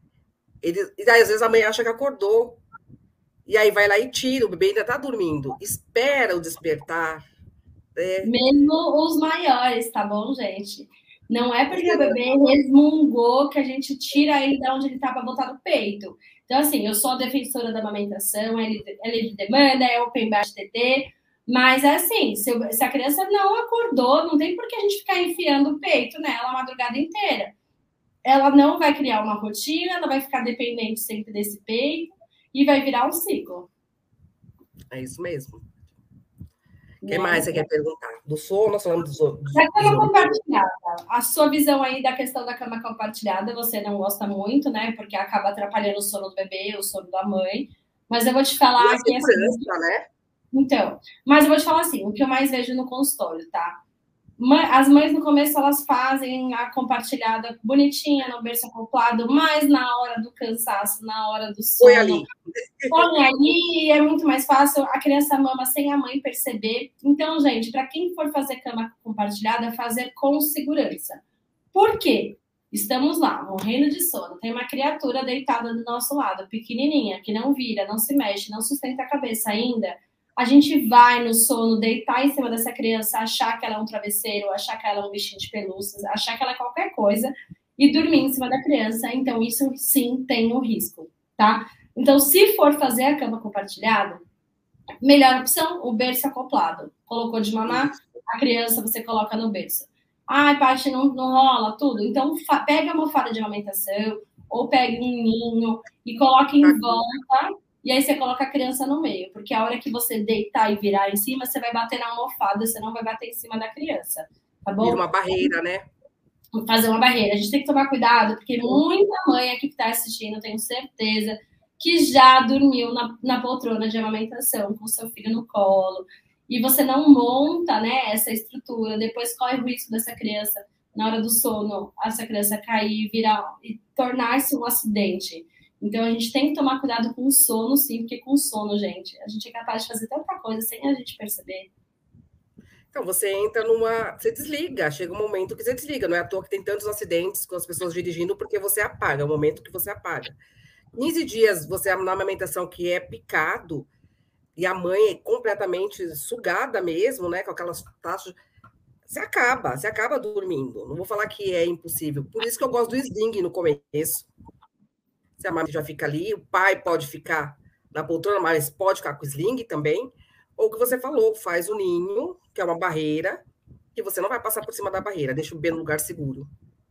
Ele, e aí, às vezes, a mãe acha que acordou. E aí vai lá e tira. O bebê ainda está dormindo. Espera o despertar. É. Mesmo os maiores, tá bom, gente? Não é porque o bebê resmungou que a gente tira ele de onde ele tá para botar no peito. Então, assim, eu sou a defensora da amamentação, é livre demanda, é open bar de T T, mas é assim, se, eu, se a criança não acordou, não tem por que a gente ficar enfiando o peito nela a madrugada inteira. Ela não vai criar uma rotina, ela vai ficar dependente sempre desse peito e vai virar um ciclo. É isso mesmo. O que mais você quer perguntar? Do sono, nós falamos do sono. Da cama compartilhada. A sua visão aí da questão da cama compartilhada, você não gosta muito, né? Porque acaba atrapalhando o sono do bebê, o sono da mãe. Mas eu vou te falar que assim, né? Então, mas eu vou te falar assim, o que eu mais vejo no consultório, tá? As mães no começo elas fazem a compartilhada bonitinha no berço acoplado, mas na hora do cansaço, na hora do sono, põe ali. Põe ali, é muito mais fácil, a criança mama sem a mãe perceber. Então, gente, para quem for fazer cama compartilhada, fazer com segurança. Por quê? Estamos lá, morrendo de sono, tem uma criatura deitada do nosso lado, pequenininha, que não vira, não se mexe, não sustenta a cabeça ainda. A gente vai no sono, deitar em cima dessa criança, achar que ela é um travesseiro, achar que ela é um bichinho de pelúcias, achar que ela é qualquer coisa e dormir em cima da criança. Então, isso sim tem um risco, tá? Então, se for fazer a cama compartilhada, melhor opção, o berço acoplado. Colocou de mamar, a criança você coloca no berço. Ai, Paty, não, não rola tudo. Então, pega a almofada de amamentação ou pegue um ninho e coloque em volta. E aí você coloca a criança no meio, porque a hora que você deitar e virar em cima, você vai bater na almofada, você não vai bater em cima da criança, tá bom? Vira uma barreira, né? Fazer uma barreira. A gente tem que tomar cuidado, porque muita mãe aqui que está assistindo, tenho certeza, que já dormiu na, na poltrona de amamentação, com seu filho no colo. e você não monta, né, essa estrutura, depois corre o risco dessa criança, na hora do sono, essa criança cair, virar e tornar-se um acidente. Então, a gente tem que tomar cuidado com o sono, sim, porque com o sono, gente, a gente é capaz de fazer tanta coisa sem a gente perceber. Então, você entra numa... Você desliga, chega um momento que você desliga. Não é à toa que tem tantos acidentes com as pessoas dirigindo, porque você apaga, é o momento que você apaga. quinze dias, você na amamentação que é picado, e a mãe é completamente sugada mesmo, né, com aquelas taxas, você acaba, você acaba dormindo. Não vou falar que é impossível. Por isso que eu gosto do sling no começo. Se a mãe já fica ali, o pai pode ficar na poltrona, mas pode ficar com o sling também. Ou o que você falou, faz o ninho, que é uma barreira, que você não vai passar por cima da barreira, deixa o bebê no lugar seguro.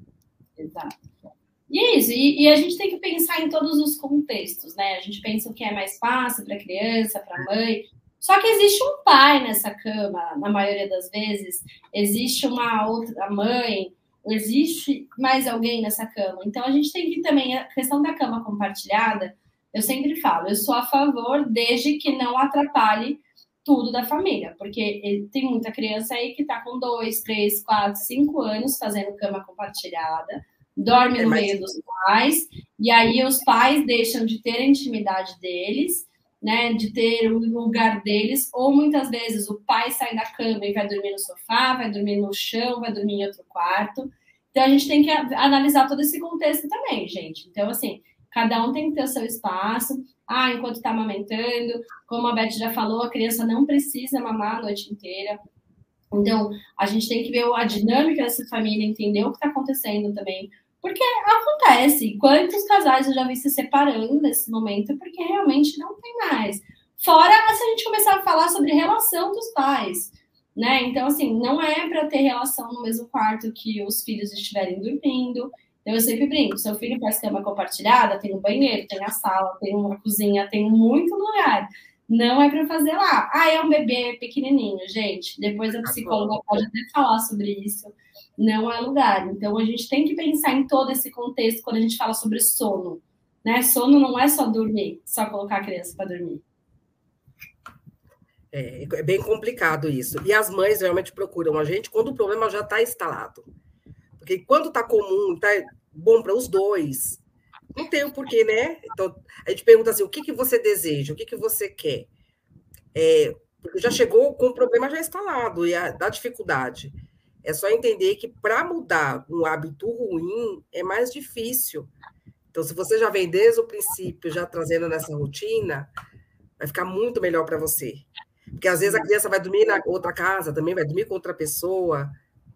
Exato. E é isso, e, e a gente tem que pensar em todos os contextos, né? A gente pensa o que é mais fácil para a criança, para a mãe. Só que existe um pai nessa cama, na maioria das vezes, existe uma outra mãe, existe mais alguém nessa cama. Então a gente tem que também, a questão da cama compartilhada, eu sempre falo, eu sou a favor desde que não atrapalhe tudo da família, porque tem muita criança aí que está com dois, três, quatro, cinco anos fazendo cama compartilhada, dorme no meio dos pais, e aí os pais deixam de ter a intimidade deles, né, de ter o lugar deles, ou muitas vezes o pai sai da cama e vai dormir no sofá, vai dormir no chão, vai dormir em outro quarto. Então a gente tem que analisar todo esse contexto também, gente. Então, assim, cada um tem que ter o seu espaço. Ah, enquanto está amamentando, como a Beth já falou, a criança não precisa mamar a noite inteira. Então, a gente tem que ver a dinâmica dessa família, entender o que está acontecendo também. Porque acontece. Quantos casais eu já vi se separando nesse momento, porque realmente não tem mais. Fora se a gente começar a falar sobre relação dos pais, né? Então, assim, não é para ter relação no mesmo quarto que os filhos estiverem dormindo. Eu sempre brinco, seu filho faz cama compartilhada, tem um banheiro, tem a sala, tem uma cozinha, tem muito lugar. Não é para fazer lá. Ah, é um bebê pequenininho, gente. Depois a psicóloga pode até falar sobre isso. Não é lugar. Então, a gente tem que pensar em todo esse contexto quando a gente fala sobre sono. Né? Sono não é só dormir, só colocar a criança para dormir. É, é bem complicado isso. E as mães realmente procuram a gente quando o problema já está instalado. Porque quando está comum, está bom para os dois, não tem o porquê, né? Então, a gente pergunta assim, o que, que você deseja? O que, que você quer? É, porque já chegou com o problema já instalado e a, da dificuldade. É só entender que para mudar um hábito ruim é mais difícil. Então, se você já vem desde o princípio, já trazendo nessa rotina, vai ficar muito melhor para você. Porque às vezes a criança vai dormir na outra casa também, vai dormir com outra pessoa.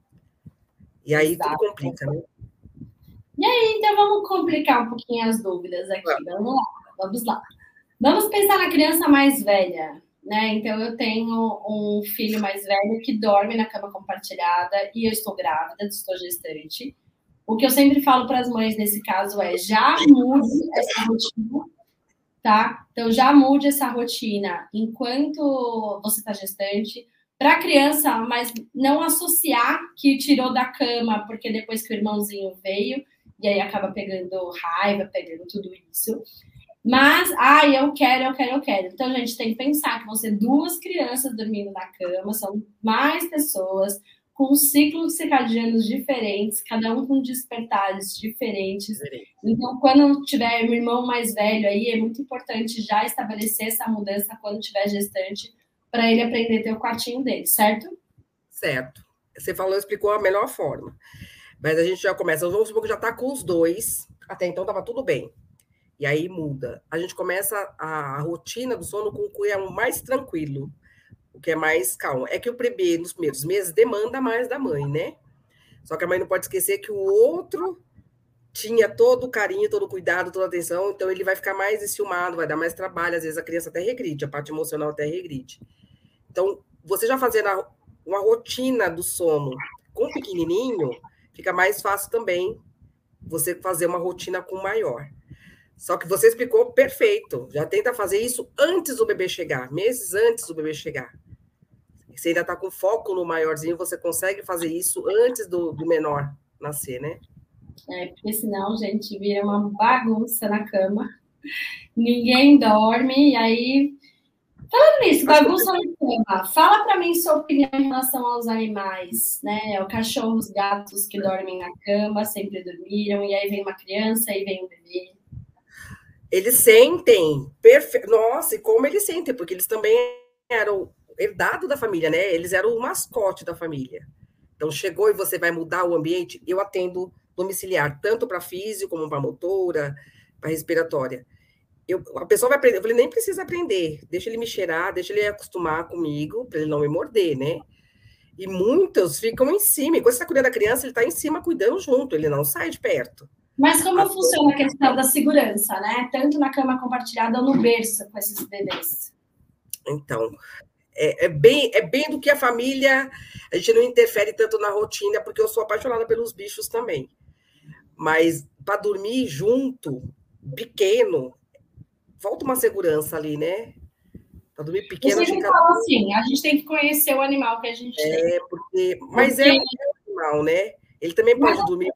E aí Exato. Tudo complica, né? E aí, então vamos complicar um pouquinho as dúvidas aqui. Vamos lá, vamos lá. Vamos pensar na criança mais velha, né? Então, eu tenho um filho mais velho que dorme na cama compartilhada e eu estou grávida, estou gestante. O que eu sempre falo para as mães nesse caso é já mude essa rotina, tá? Então, já mude essa rotina enquanto você está gestante, para a criança, mas não associar que tirou da cama porque depois que o irmãozinho veio, e aí acaba pegando raiva, pegando tudo isso. Mas, ah, eu quero, eu quero, eu quero. Então, a gente tem que pensar que vão ser duas crianças dormindo na cama, são mais pessoas com ciclos circadianos diferentes, cada um com despertares diferentes. Então, quando tiver um irmão mais velho aí, é muito importante já estabelecer essa mudança quando tiver gestante, para ele aprender a ter o quartinho dele, certo? Certo. Você falou, explicou a melhor forma. Mas a gente já começa, vamos supor que já está com os dois, até então estava tudo bem. E aí muda. A gente começa a, a rotina do sono com o que é mais tranquilo, o que é mais calmo. É que o bebê, nos primeiros meses, demanda mais da mãe, né? Só que a mãe não pode esquecer que o outro tinha todo o carinho, todo o cuidado, toda a atenção, então ele vai ficar mais enciumado, vai dar mais trabalho, às vezes a criança até regride, a parte emocional até regride. Então, você já fazendo uma rotina do sono com o pequenininho, fica mais fácil também você fazer uma rotina com o maior. Só que você explicou perfeito. Já tenta fazer isso antes do bebê chegar, meses antes do bebê chegar. Você ainda está com foco no maiorzinho, você consegue fazer isso antes do, do menor nascer, né? É, porque senão, gente, vira uma bagunça na cama. Ninguém dorme, e aí Falando nisso, bagunça na cama. Fala para mim sua opinião em relação aos animais, né? Os cachorros, gatos que dormem na cama, sempre dormiram, e aí vem uma criança, e vem um bebê. Eles sentem, perfe... nossa, e como eles sentem, porque eles também eram herdado da família, né? Eles eram o mascote da família. Então, chegou e você vai mudar o ambiente, eu atendo domiciliar, tanto para físico, como para motora, para respiratória. Eu, a pessoa vai aprender, eu falei, nem precisa aprender, deixa ele me cheirar, deixa ele acostumar comigo, para ele não me morder, né? E muitos ficam em cima, e quando você está cuidando da criança, ele está em cima cuidando junto, ele não sai de perto. Mas como a funciona a questão da segurança, né? Tanto na cama compartilhada ou no berço com esses bebês? Então, é, é, bem, é bem do que a família, a gente não interfere tanto na rotina, porque eu sou apaixonada pelos bichos também. Mas para dormir junto, pequeno, falta uma segurança ali, né? Para dormir pequeno... Eu sempre fica... falo assim, a gente tem que conhecer o animal que a gente é, tem. Porque... Mas porque... é um animal, né? Ele também pode Mas... dormir...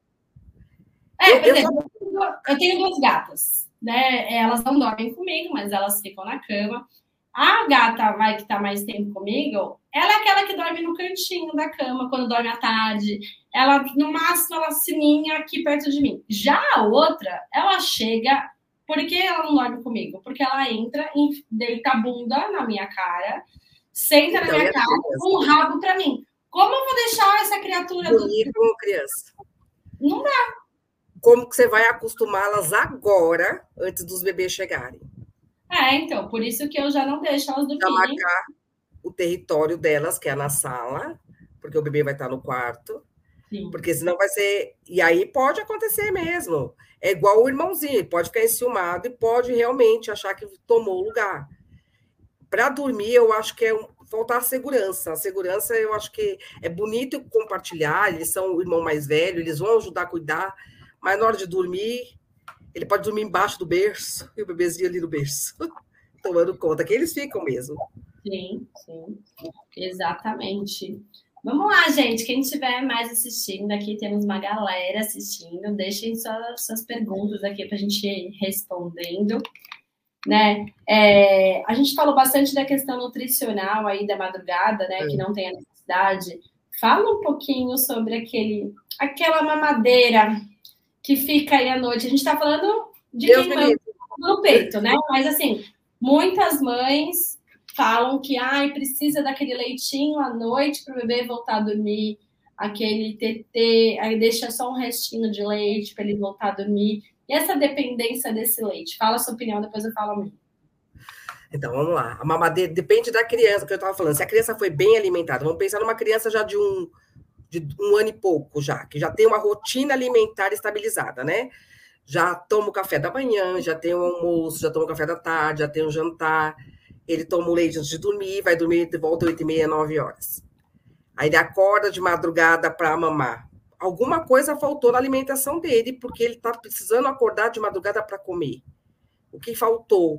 É, eu, por eu, exemplo, só... eu tenho duas gatas, né? Elas não dormem comigo, mas elas ficam na cama. A gata vai que está mais tempo comigo, ela é aquela que dorme no cantinho da cama, quando dorme à tarde. Ela, no máximo, ela sininha aqui perto de mim. Já a outra, ela chega... Por que ela não dorme comigo? Porque ela entra, deita a bunda na minha cara, senta então, na minha cara, com o rabo para mim. Como eu vou deixar essa criatura... Dormir com do... criança. Não dá. Como que você vai acostumá-las agora, antes dos bebês chegarem? É, então, por isso que eu já não deixo elas dormirem. Marcar o território delas, que é na sala, porque o bebê vai estar no quarto. Sim. Porque senão vai ser... E aí pode acontecer mesmo. É igual o irmãozinho, pode ficar enciumado e pode realmente achar que tomou o lugar. Para dormir, eu acho que é um... faltar segurança. A segurança, eu acho que é bonito compartilhar, eles são o irmão mais velho, eles vão ajudar a cuidar, mas na hora de dormir, ele pode dormir embaixo do berço, e o bebezinho ali no berço, tomando conta, que eles ficam mesmo. Sim, sim, exatamente. Vamos lá, gente. Quem estiver mais assistindo aqui, temos uma galera assistindo. Deixem suas, suas perguntas aqui para a gente ir respondendo. Né? É, a gente falou bastante da questão nutricional aí da madrugada, né? É. Que não tem a necessidade. Fala um pouquinho sobre aquele, aquela mamadeira que fica aí à noite. A gente está falando de Deus quem mama no peito, né? Mas assim, muitas mães falam que ai, precisa daquele leitinho à noite para o bebê voltar a dormir, aquele tetê, aí deixa só um restinho de leite para ele voltar a dormir. E essa dependência desse leite? Fala a sua opinião, depois eu falo a minha. Então, vamos lá. A mamadeira depende da criança, que eu estava falando. Se a criança foi bem alimentada, vamos pensar numa criança já de um, de um ano e pouco, já, que já tem uma rotina alimentar estabilizada, né? Já toma o café da manhã, já tem o almoço, já toma o café da tarde, já tem o jantar. Ele toma o leite antes de dormir, vai dormir de volta oito e meia, nove horas. Aí ele acorda de madrugada para mamar. Alguma coisa faltou na alimentação dele, porque ele está precisando acordar de madrugada para comer. O que faltou?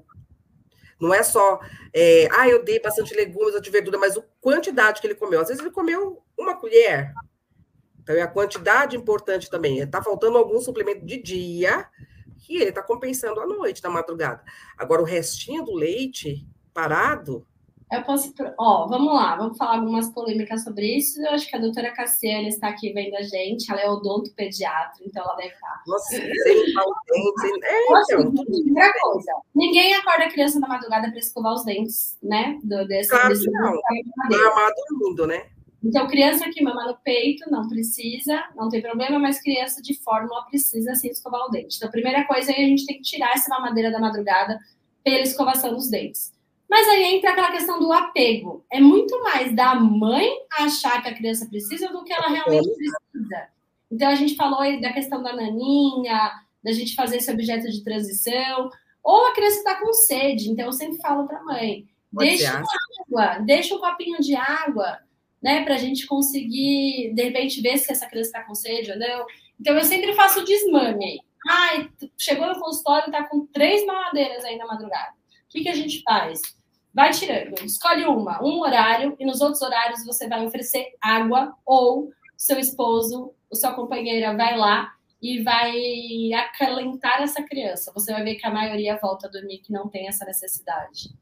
Não é só, é, ah, eu dei bastante legumes ou de verdura, mas a quantidade que ele comeu. Às vezes ele comeu uma colher. Então, é a quantidade importante também. Está faltando algum suplemento de dia que ele está compensando à noite, na madrugada. Agora, o restinho do leite parado... Eu posso... Ó, vamos lá, vamos falar algumas polêmicas sobre isso. Eu acho que a doutora Cassiane está aqui vendo a gente. Ela é odontopediatra, então ela deve estar... Nossa, sem dente, sem... É, Nossa, então, tudo primeira coisa. Ninguém acorda a criança na madrugada para escovar os dentes, né? Do, desse, claro desse que não. Mamar dormindo, né? Então, criança que mama no peito não precisa, não tem problema, mas criança de fórmula precisa sim escovar o dente. Então, a primeira coisa é a gente tem que tirar essa mamadeira da madrugada pela escovação dos dentes. Mas aí entra aquela questão do apego. É muito mais da mãe achar que a criança precisa do que ela realmente precisa. Então, a gente falou aí da questão da naninha, da gente fazer esse objeto de transição, ou a criança está com sede. Então, eu sempre falo para a mãe, deixa água, deixa um copinho de água, né, para a gente conseguir, de repente, ver se essa criança está com sede ou não. Então, eu sempre faço o desmame. Ai, chegou no consultório e está com três mamadeiras aí na madrugada. O que, que a gente faz? Vai tirando, escolhe uma, um horário, e nos outros horários você vai oferecer água, ou seu esposo, o seu companheiro vai lá e vai acalentar essa criança. Você vai ver que a maioria volta a dormir que não tem essa necessidade.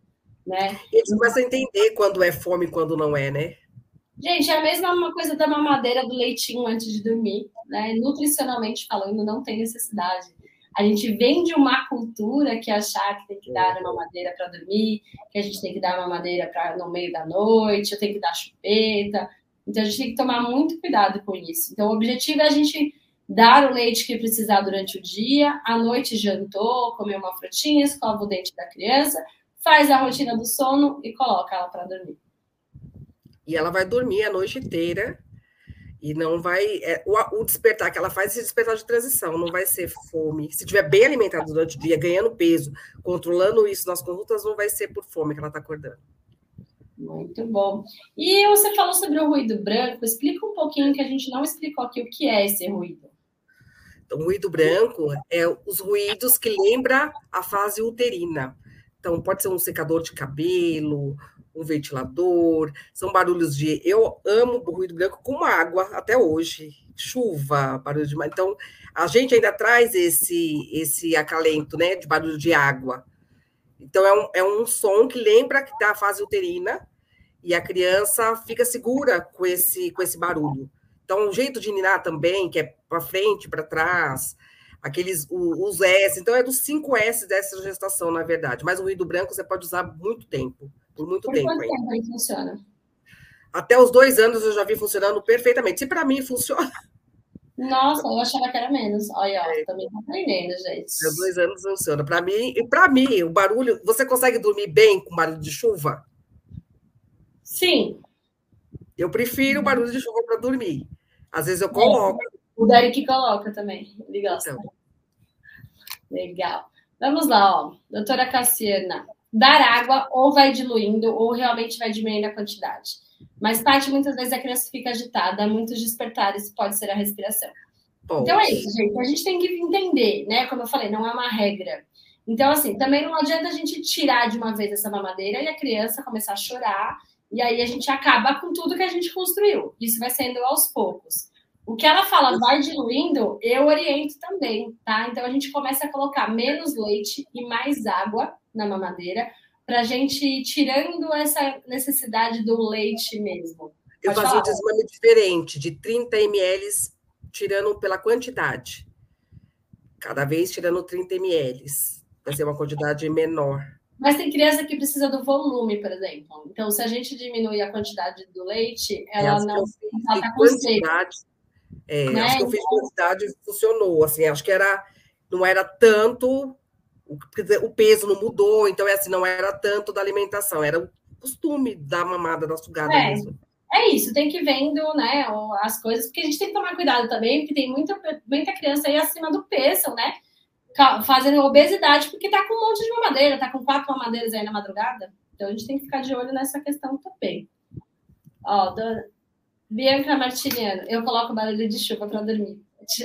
né? Eles começam a entender quando é fome e quando não é, né? Gente, é a mesma coisa da mamadeira do leitinho antes de dormir, né? Nutricionalmente falando, não tem necessidade. A gente vem de uma cultura que achar que tem que dar uma mamadeira para dormir, que a gente tem que dar uma mamadeira para no meio da noite, eu tenho que dar chupeta. Então a gente tem que tomar muito cuidado com isso. Então o objetivo é a gente dar o leite que precisar durante o dia, à noite jantou, comeu uma frutinha, escova o dente da criança, faz a rotina do sono e coloca ela para dormir. E ela vai dormir a noite inteira e não vai. É, o, o despertar que ela faz, esse despertar de transição, não vai ser fome. Se estiver bem alimentada durante o dia, ganhando peso, controlando isso nas condutas, não vai ser por fome que ela está acordando. Muito bom. E você falou sobre o ruído branco, explica um pouquinho que a gente não explicou aqui o que é esse ruído. Então, o ruído branco é os ruídos que lembra a fase uterina. Então, pode ser um secador de cabelo, um ventilador, são barulhos de... Eu amo o ruído branco como água até hoje, chuva, barulho de... Então, a gente ainda traz esse, esse acalento, né, de barulho de água. Então, é um, é um som que lembra que está a fase uterina e a criança fica segura com esse, com esse barulho. Então, o jeito de ninar também, que é para frente, para trás, aqueles, os S, então é dos cinco S dessa gestação, na verdade. Mas o ruído branco você pode usar muito tempo, por muito por tempo. Por quanto tempo ele funciona? Até os dois anos eu já vi funcionando perfeitamente. Se para mim funciona... Nossa, eu achava que era menos. Olha, ó, é. Também tá aprendendo, gente. Até dois anos funciona. Para mim, e para mim, o barulho... Você consegue dormir bem com barulho de chuva? Sim. Eu prefiro o barulho de chuva para dormir. Às vezes eu coloco. É, o Derek coloca também. Ele gosta. Então. Legal. Vamos lá, ó. Doutora Cassiana. Dar água ou vai diluindo ou realmente vai diminuindo a quantidade. Mas, Paty, muitas vezes a criança fica agitada, muitos despertares, pode ser a respiração. Pode. Então é isso, gente. A gente tem que entender, né? Como eu falei, não é uma regra. Então, assim, também não adianta a gente tirar de uma vez essa mamadeira e a criança começar a chorar, e aí a gente acaba com tudo que a gente construiu. Isso vai sendo aos poucos. O que ela fala vai diluindo, eu oriento também, tá? Então a gente começa a colocar menos leite e mais água na mamadeira, para a gente ir tirando essa necessidade do leite mesmo. Eu fazia um desmame diferente, de trinta mililitros, tirando pela quantidade. Cada vez tirando trinta mililitros. Vai ser uma quantidade menor. Mas tem criança que precisa do volume, por exemplo. Então, se a gente diminui a quantidade do leite, ela é, não está com quantidade. É, né? Acho que eu fiz quantidade e funcionou. Assim, acho que era, não era tanto... O peso não mudou, então é assim, não era tanto da alimentação, era o costume da mamada, da sugada é, mesmo. É isso, tem que ir vendo, né, as coisas, porque a gente tem que tomar cuidado também, porque tem muita, muita criança aí acima do peso, né, fazendo obesidade, porque tá com um monte de mamadeira, tá com quatro mamadeiras aí na madrugada, então a gente tem que ficar de olho nessa questão também. Ó, do... Bianca Martiniano, eu coloco barulho de chuva para dormir.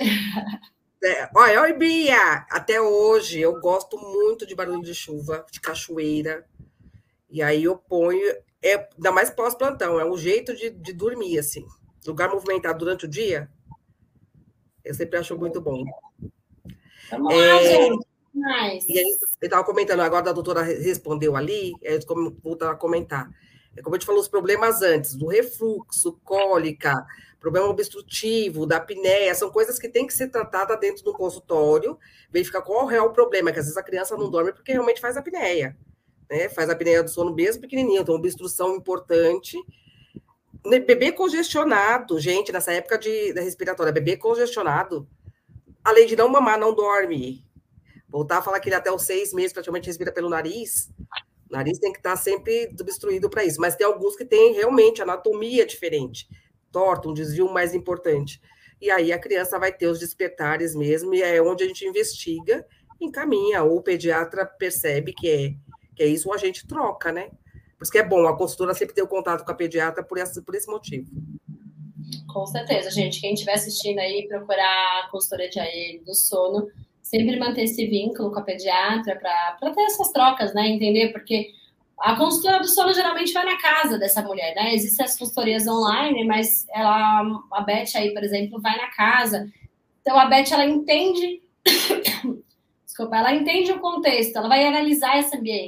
É, olha, oi, Bia! Até hoje eu gosto muito de barulho de chuva, de cachoeira. E aí eu ponho, é, ainda mais pós-plantão, é um jeito de, de dormir, assim. Lugar movimentado durante o dia, eu sempre acho muito bom. Vamos é, lá, gente. Nice. E aí, eu estava comentando, agora a doutora respondeu ali, eu vou voltar a comentar. É como a gente falou, os problemas antes, do refluxo, cólica, problema obstrutivo, da apneia, são coisas que têm que ser tratadas dentro do consultório, verificar qual é o real problema, que às vezes a criança não dorme porque realmente faz apneia, né? Faz apneia do sono mesmo pequenininho, então obstrução importante. Bebê congestionado, gente, nessa época de, da respiratória, bebê congestionado, além de não mamar, não dorme. Voltar a falar que ele até os seis meses praticamente respira pelo nariz, o nariz tem que estar sempre obstruído para isso, mas tem alguns que têm realmente anatomia diferente, torta, um desvio mais importante. E aí a criança vai ter os despertares mesmo, e é onde a gente investiga, encaminha, ou o pediatra percebe que é, que é isso, ou a gente troca, né? Por isso que é bom a consultora sempre ter o contato com a pediatra por esse, por esse motivo. Com certeza, gente. Quem estiver assistindo aí, procurar a consultoria de A E do sono, sempre manter esse vínculo com a pediatra para ter essas trocas, né? Entender, porque a consultora do sono geralmente vai na casa dessa mulher, né? Existem as consultorias online, mas ela, a Beth aí, por exemplo, vai na casa. Então, a Beth, ela entende... Desculpa, ela entende o contexto, ela vai analisar esse ambiente.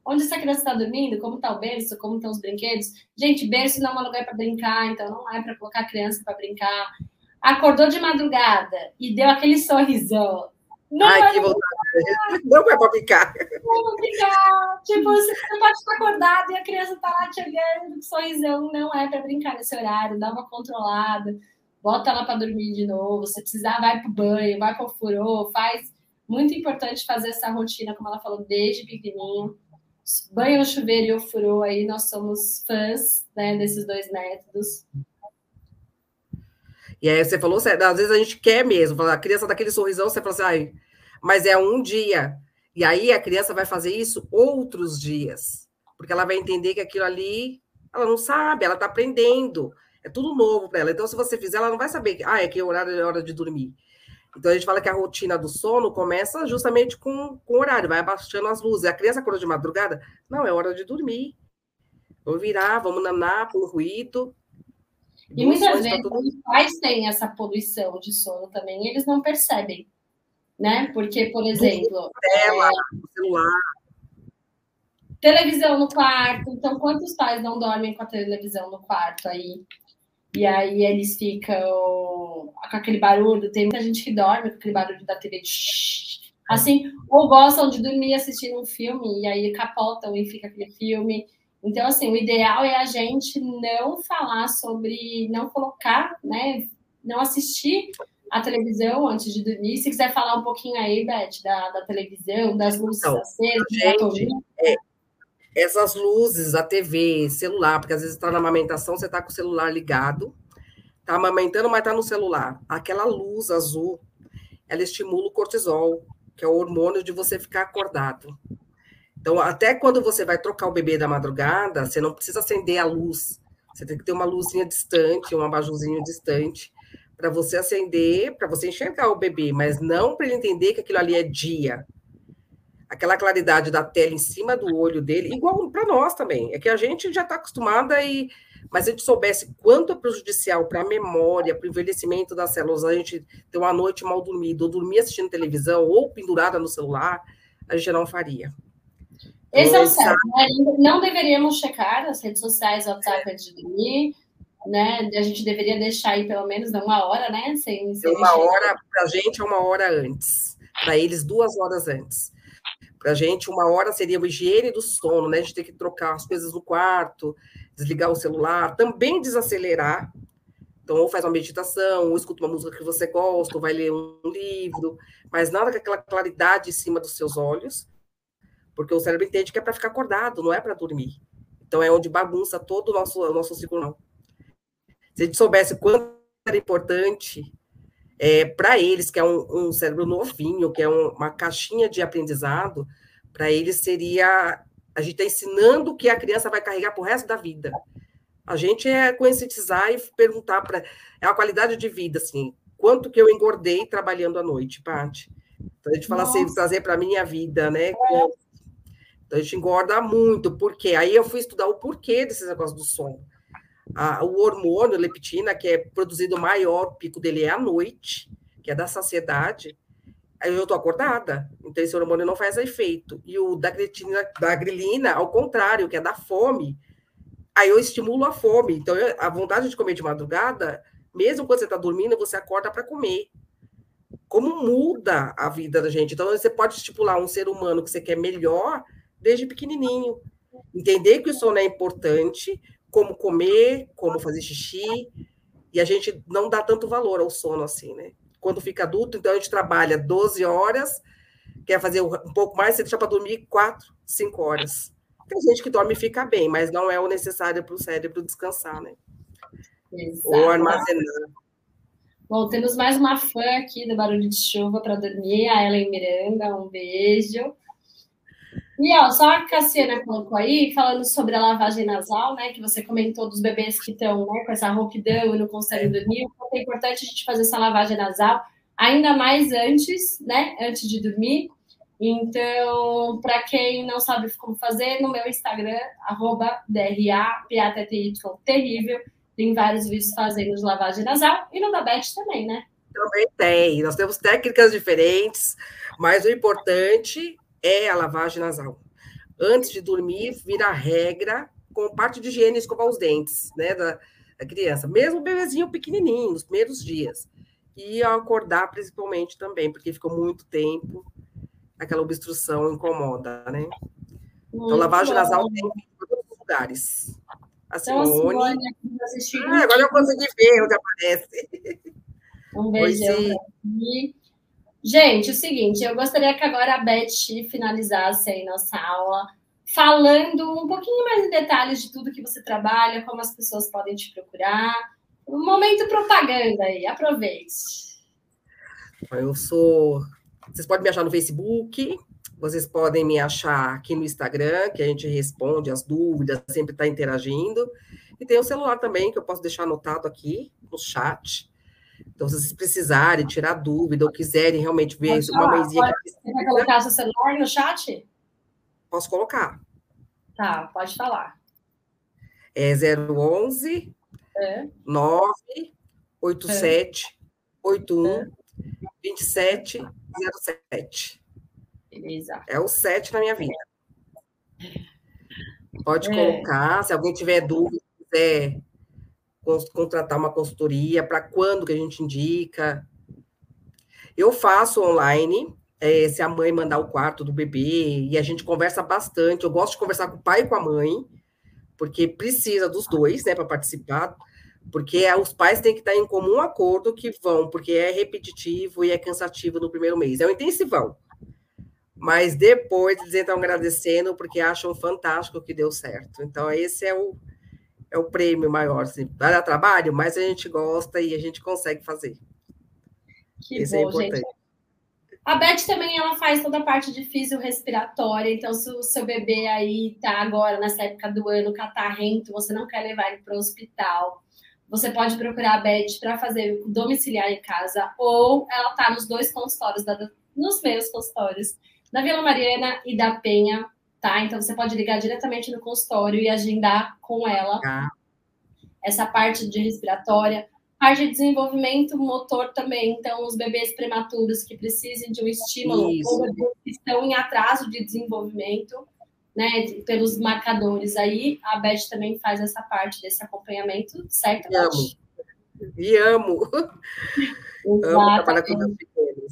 onde essa criança está dormindo, como está o berço, como estão os brinquedos. Gente, berço não é um lugar para brincar, então não é para colocar a criança para brincar. Acordou de madrugada e deu aquele sorrisão. Não Ai, que vontade. Não é para brincar. Não é brincar. Tipo, você pode estar acordado e a criança está lá te olhando, sorrisão. Não é para brincar nesse horário, dá uma controlada. Bota ela para dormir de novo. Se precisar, vai para o banho, vai para o furô, faz. Muito importante fazer essa rotina, como ela falou, desde pequenininho. Banho, chuveiro e o furô, aí nós somos fãs, né, desses dois métodos. E aí você falou, às vezes a gente quer mesmo, a criança daquele sorrisão, você fala assim, ai, mas é um dia. E aí a criança vai fazer isso outros dias, porque ela vai entender que aquilo ali, ela não sabe, ela está aprendendo, é tudo novo para ela. Então, se você fizer, ela não vai saber que, ah, é que horário é hora de dormir. Então, a gente fala que a rotina do sono começa justamente com, com o horário, vai abaixando as luzes. A criança acordou de madrugada, não, é hora de dormir. Vamos virar, vamos nanar, pôr ruído. E muitas vezes todo... os pais têm essa poluição de sono também, e eles não percebem, né? Porque, por exemplo... Tela, é... celular. Televisão no quarto. Então, quantos pais não dormem com a televisão no quarto aí? E aí eles ficam com aquele barulho. Tem muita gente que dorme com aquele barulho da T V. Assim, ou gostam de dormir assistindo um filme, e aí capotam e fica aquele filme... Então, assim, o ideal é a gente não falar sobre, não colocar, né, não assistir a televisão antes de dormir. Se quiser falar um pouquinho aí, Beth, da, da televisão, das luzes então, acesas, gente, é, essas luzes, a T V, celular, porque às vezes está na amamentação, você está com o celular ligado, está amamentando, mas está no celular. Aquela luz azul, ela estimula o cortisol, que é o hormônio de você ficar acordado. Então, até quando você vai trocar o bebê da madrugada, você não precisa acender a luz. Você tem que ter uma luzinha distante, um abajurzinho distante, para você acender, para você enxergar o bebê, mas não para ele entender que aquilo ali é dia. Aquela claridade da tela em cima do olho dele, igual para nós também. É que a gente já está acostumada, e, mas se a gente soubesse quanto é prejudicial para a memória, para o envelhecimento das células, a gente ter uma noite mal dormida, ou dormir assistindo televisão, ou pendurada no celular, a gente não faria. Esse é o certo, né? Não deveríamos checar as redes sociais, o WhatsApp antes de dormir, né? A gente deveria deixar aí pelo menos uma hora, né? Sem, sem uma hora, para a gente é uma hora antes, para eles duas horas antes. Para a gente, uma hora seria a higiene do sono, né? A gente tem que trocar as coisas no quarto, desligar o celular, também desacelerar. Então, ou faz uma meditação, ou escuta uma música que você gosta, ou vai ler um livro, mas nada com aquela claridade em cima dos seus olhos, porque o cérebro entende que é para ficar acordado, não é para dormir. Então, é onde bagunça todo o nosso, o nosso ciclo. Não. Se a gente soubesse quanto era importante é, para eles, que é um, um cérebro novinho, que é um, uma caixinha de aprendizado, para eles seria... A gente está ensinando o que a criança vai carregar para o resto da vida. A gente é conscientizar e perguntar para... É a qualidade de vida, assim. Quanto que eu engordei trabalhando à noite, Paty? Então, a gente fala assim, trazer para a minha vida, né? É. Então, a gente engorda muito, porque aí eu fui estudar o porquê desses negócios do sono. A, o hormônio, leptina, que é produzido maior, o pico dele é à noite, que é da saciedade, aí eu estou acordada, então esse hormônio não faz efeito. E o da grelina, da grelina, ao contrário, que é da fome, aí eu estimulo a fome. Então, eu, a vontade de comer de madrugada, mesmo quando você está dormindo, você acorda para comer. Como muda a vida da gente. Então, você pode estipular um ser humano que você quer melhor desde pequenininho. Entender que o sono é importante, como comer, como fazer xixi, e a gente não dá tanto valor ao sono assim, né? Quando fica adulto, então a gente trabalha doze horas, quer fazer um pouco mais, você deixa para dormir quatro, cinco horas. Tem gente que dorme e fica bem, mas não é o necessário para o cérebro descansar, né? Exato. Ou armazenar. Bom, temos mais uma fã aqui do Barulho de Chuva para dormir, a Ellen Miranda, um beijo. E, ó, só a Cassiana colocou aí, falando sobre a lavagem nasal, né, que você comentou dos bebês que estão, né, com essa rouquidão e não conseguem dormir. É importante a gente fazer essa lavagem nasal, ainda mais antes, né, antes de dormir. Então, para quem não sabe como fazer, no meu Instagram, arroba D R A P A T T Y terrível, tem vários vídeos fazendo de lavagem nasal, e no da Beth também, né? Também tem, nós temos técnicas diferentes, mas o importante é a lavagem nasal. antes de dormir, vira regra, com parte de higiene, escovar os dentes, né, da, da criança. Mesmo o bebezinho pequenininho, nos primeiros dias. E ao acordar, principalmente, também, porque ficou muito tempo, aquela obstrução incomoda, né? Muito então, lavagem bom. Nasal tem em todos os lugares. A Simone... Então, a Simone ah, agora eu consegui ver onde aparece. Um beijão pra ti. Gente, o seguinte, eu gostaria que agora a Beth finalizasse aí nossa aula, falando um pouquinho mais em detalhes de tudo que você trabalha, como as pessoas podem te procurar. Um momento propaganda aí, aproveite. Eu sou... Vocês podem me achar no Facebook, vocês podem me achar aqui no Instagram, que a gente responde as dúvidas, sempre está interagindo. E tem o celular também, que eu posso deixar anotado aqui no chat. Então, se vocês precisarem tirar dúvida ou quiserem realmente ver pode uma mãezinha... Pode, você vai colocar seu celular no chat? Posso colocar. Tá, pode falar. É zero onze, é. nove oito sete oito um é. vinte e sete zero sete. Beleza. É o sete na minha vida. Pode é. colocar, se alguém tiver dúvida, quiser contratar uma consultoria, para quando que a gente indica. Eu faço online, é, se a mãe mandar o quarto do bebê, e a gente conversa bastante. Eu gosto de conversar com o pai e com a mãe, porque precisa dos dois, né, para participar, porque os pais têm que estar em comum acordo que vão, porque é repetitivo e é cansativo no primeiro mês. É um intensivão. Mas depois eles estão agradecendo porque acham fantástico que deu certo. Então, esse é o, é o prêmio maior. Assim. Vai dar trabalho, mas a gente gosta e a gente consegue fazer. Que esse bom, é importante. Gente. A Beth também ela faz toda a parte de fisiorrespiratória, então se o seu bebê aí tá agora nessa época do ano catarrento, você não quer levar ele para o hospital, você pode procurar a Beth para fazer domiciliar em casa, ou ela tá nos dois consultórios, da, nos meus consultórios, da Vila Mariana e da Penha, tá? Então você pode ligar diretamente no consultório e agendar com ela ah. essa parte de respiratória. Parte de desenvolvimento motor também, então os bebês prematuros que precisem de um estímulo Isso. ou bebês que estão em atraso de desenvolvimento, né, pelos marcadores aí, a Beth também faz essa parte desse acompanhamento, certo, Beth? Amo, e amo. Amo trabalhar com meus pequenos.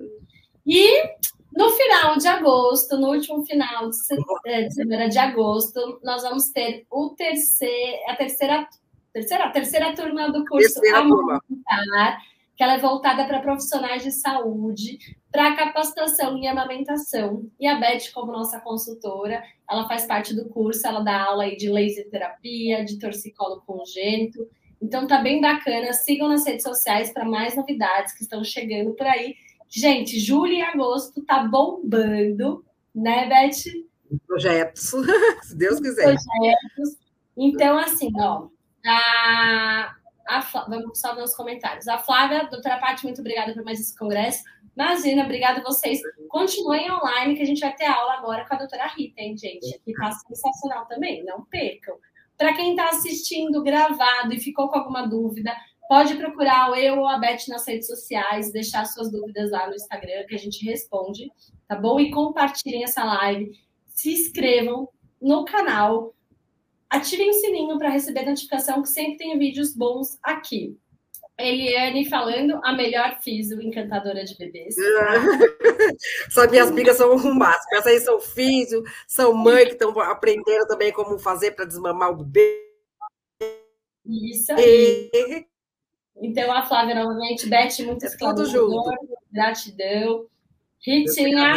E no final de agosto, no último final de semana de agosto, nós vamos ter o terceiro, a terceira Terceira, a terceira turma do curso Amamentar, que ela é voltada para profissionais de saúde, para capacitação em amamentação. E a Beth, como nossa consultora, ela faz parte do curso, ela dá aula aí de laser terapia, de torcicolo congênito. Então tá bem bacana. Sigam nas redes sociais para mais novidades que estão chegando por aí. Gente, julho e agosto tá bombando, né, Beth? Projetos, se Deus quiser. Projetos. Então, assim, ó. A, a, vamos só ver os comentários. A Flávia, doutora Paty, muito obrigada por mais esse congresso. Imagina, obrigada a vocês. Continuem online, que a gente vai ter aula agora com a doutora Rita, hein, gente? Que tá sensacional também, não percam. Para quem está assistindo gravado e ficou com alguma dúvida, pode procurar eu ou a Beth nas redes sociais, deixar suas dúvidas lá no Instagram, que a gente responde, tá bom? E compartilhem essa live, se inscrevam no canal, ativem o sininho para receber notificação que sempre tem vídeos bons aqui. Eliane falando, a melhor fisio encantadora de bebês. Só minhas amigas são o máximo. Essas aí são fisio, são mãe que estão aprendendo também como fazer para desmamar o bebê. Isso aí. E... Então, a Flávia novamente, Beth, muito é tudo junto. Gratidão. Ritinha.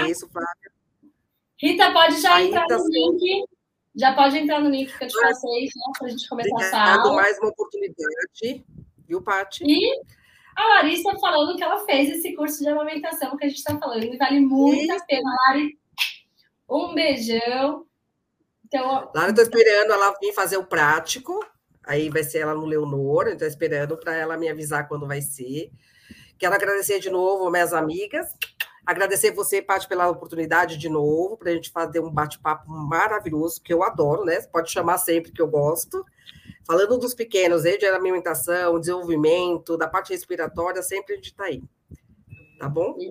Rita, pode já aí entrar tá no sim. link. Já pode entrar no link que eu te passei, né, para a gente começar Obrigado, essa aula. mais uma oportunidade, viu, Paty? E a Larissa falando que ela fez esse curso de amamentação que a gente está falando, e vale muito Isso. a pena, Lari. Um beijão. Então, Lara, estou esperando ela vir fazer o prático, aí vai ser ela no Leonor, estou esperando para ela me avisar quando vai ser. Quero agradecer de novo minhas amigas. Agradecer você, Paty, pela oportunidade de novo, para a gente fazer um bate-papo maravilhoso, que eu adoro, né? Você pode chamar sempre que eu gosto. Falando dos pequenos, de alimentação, desenvolvimento, da parte respiratória, sempre a gente está aí. Tá bom?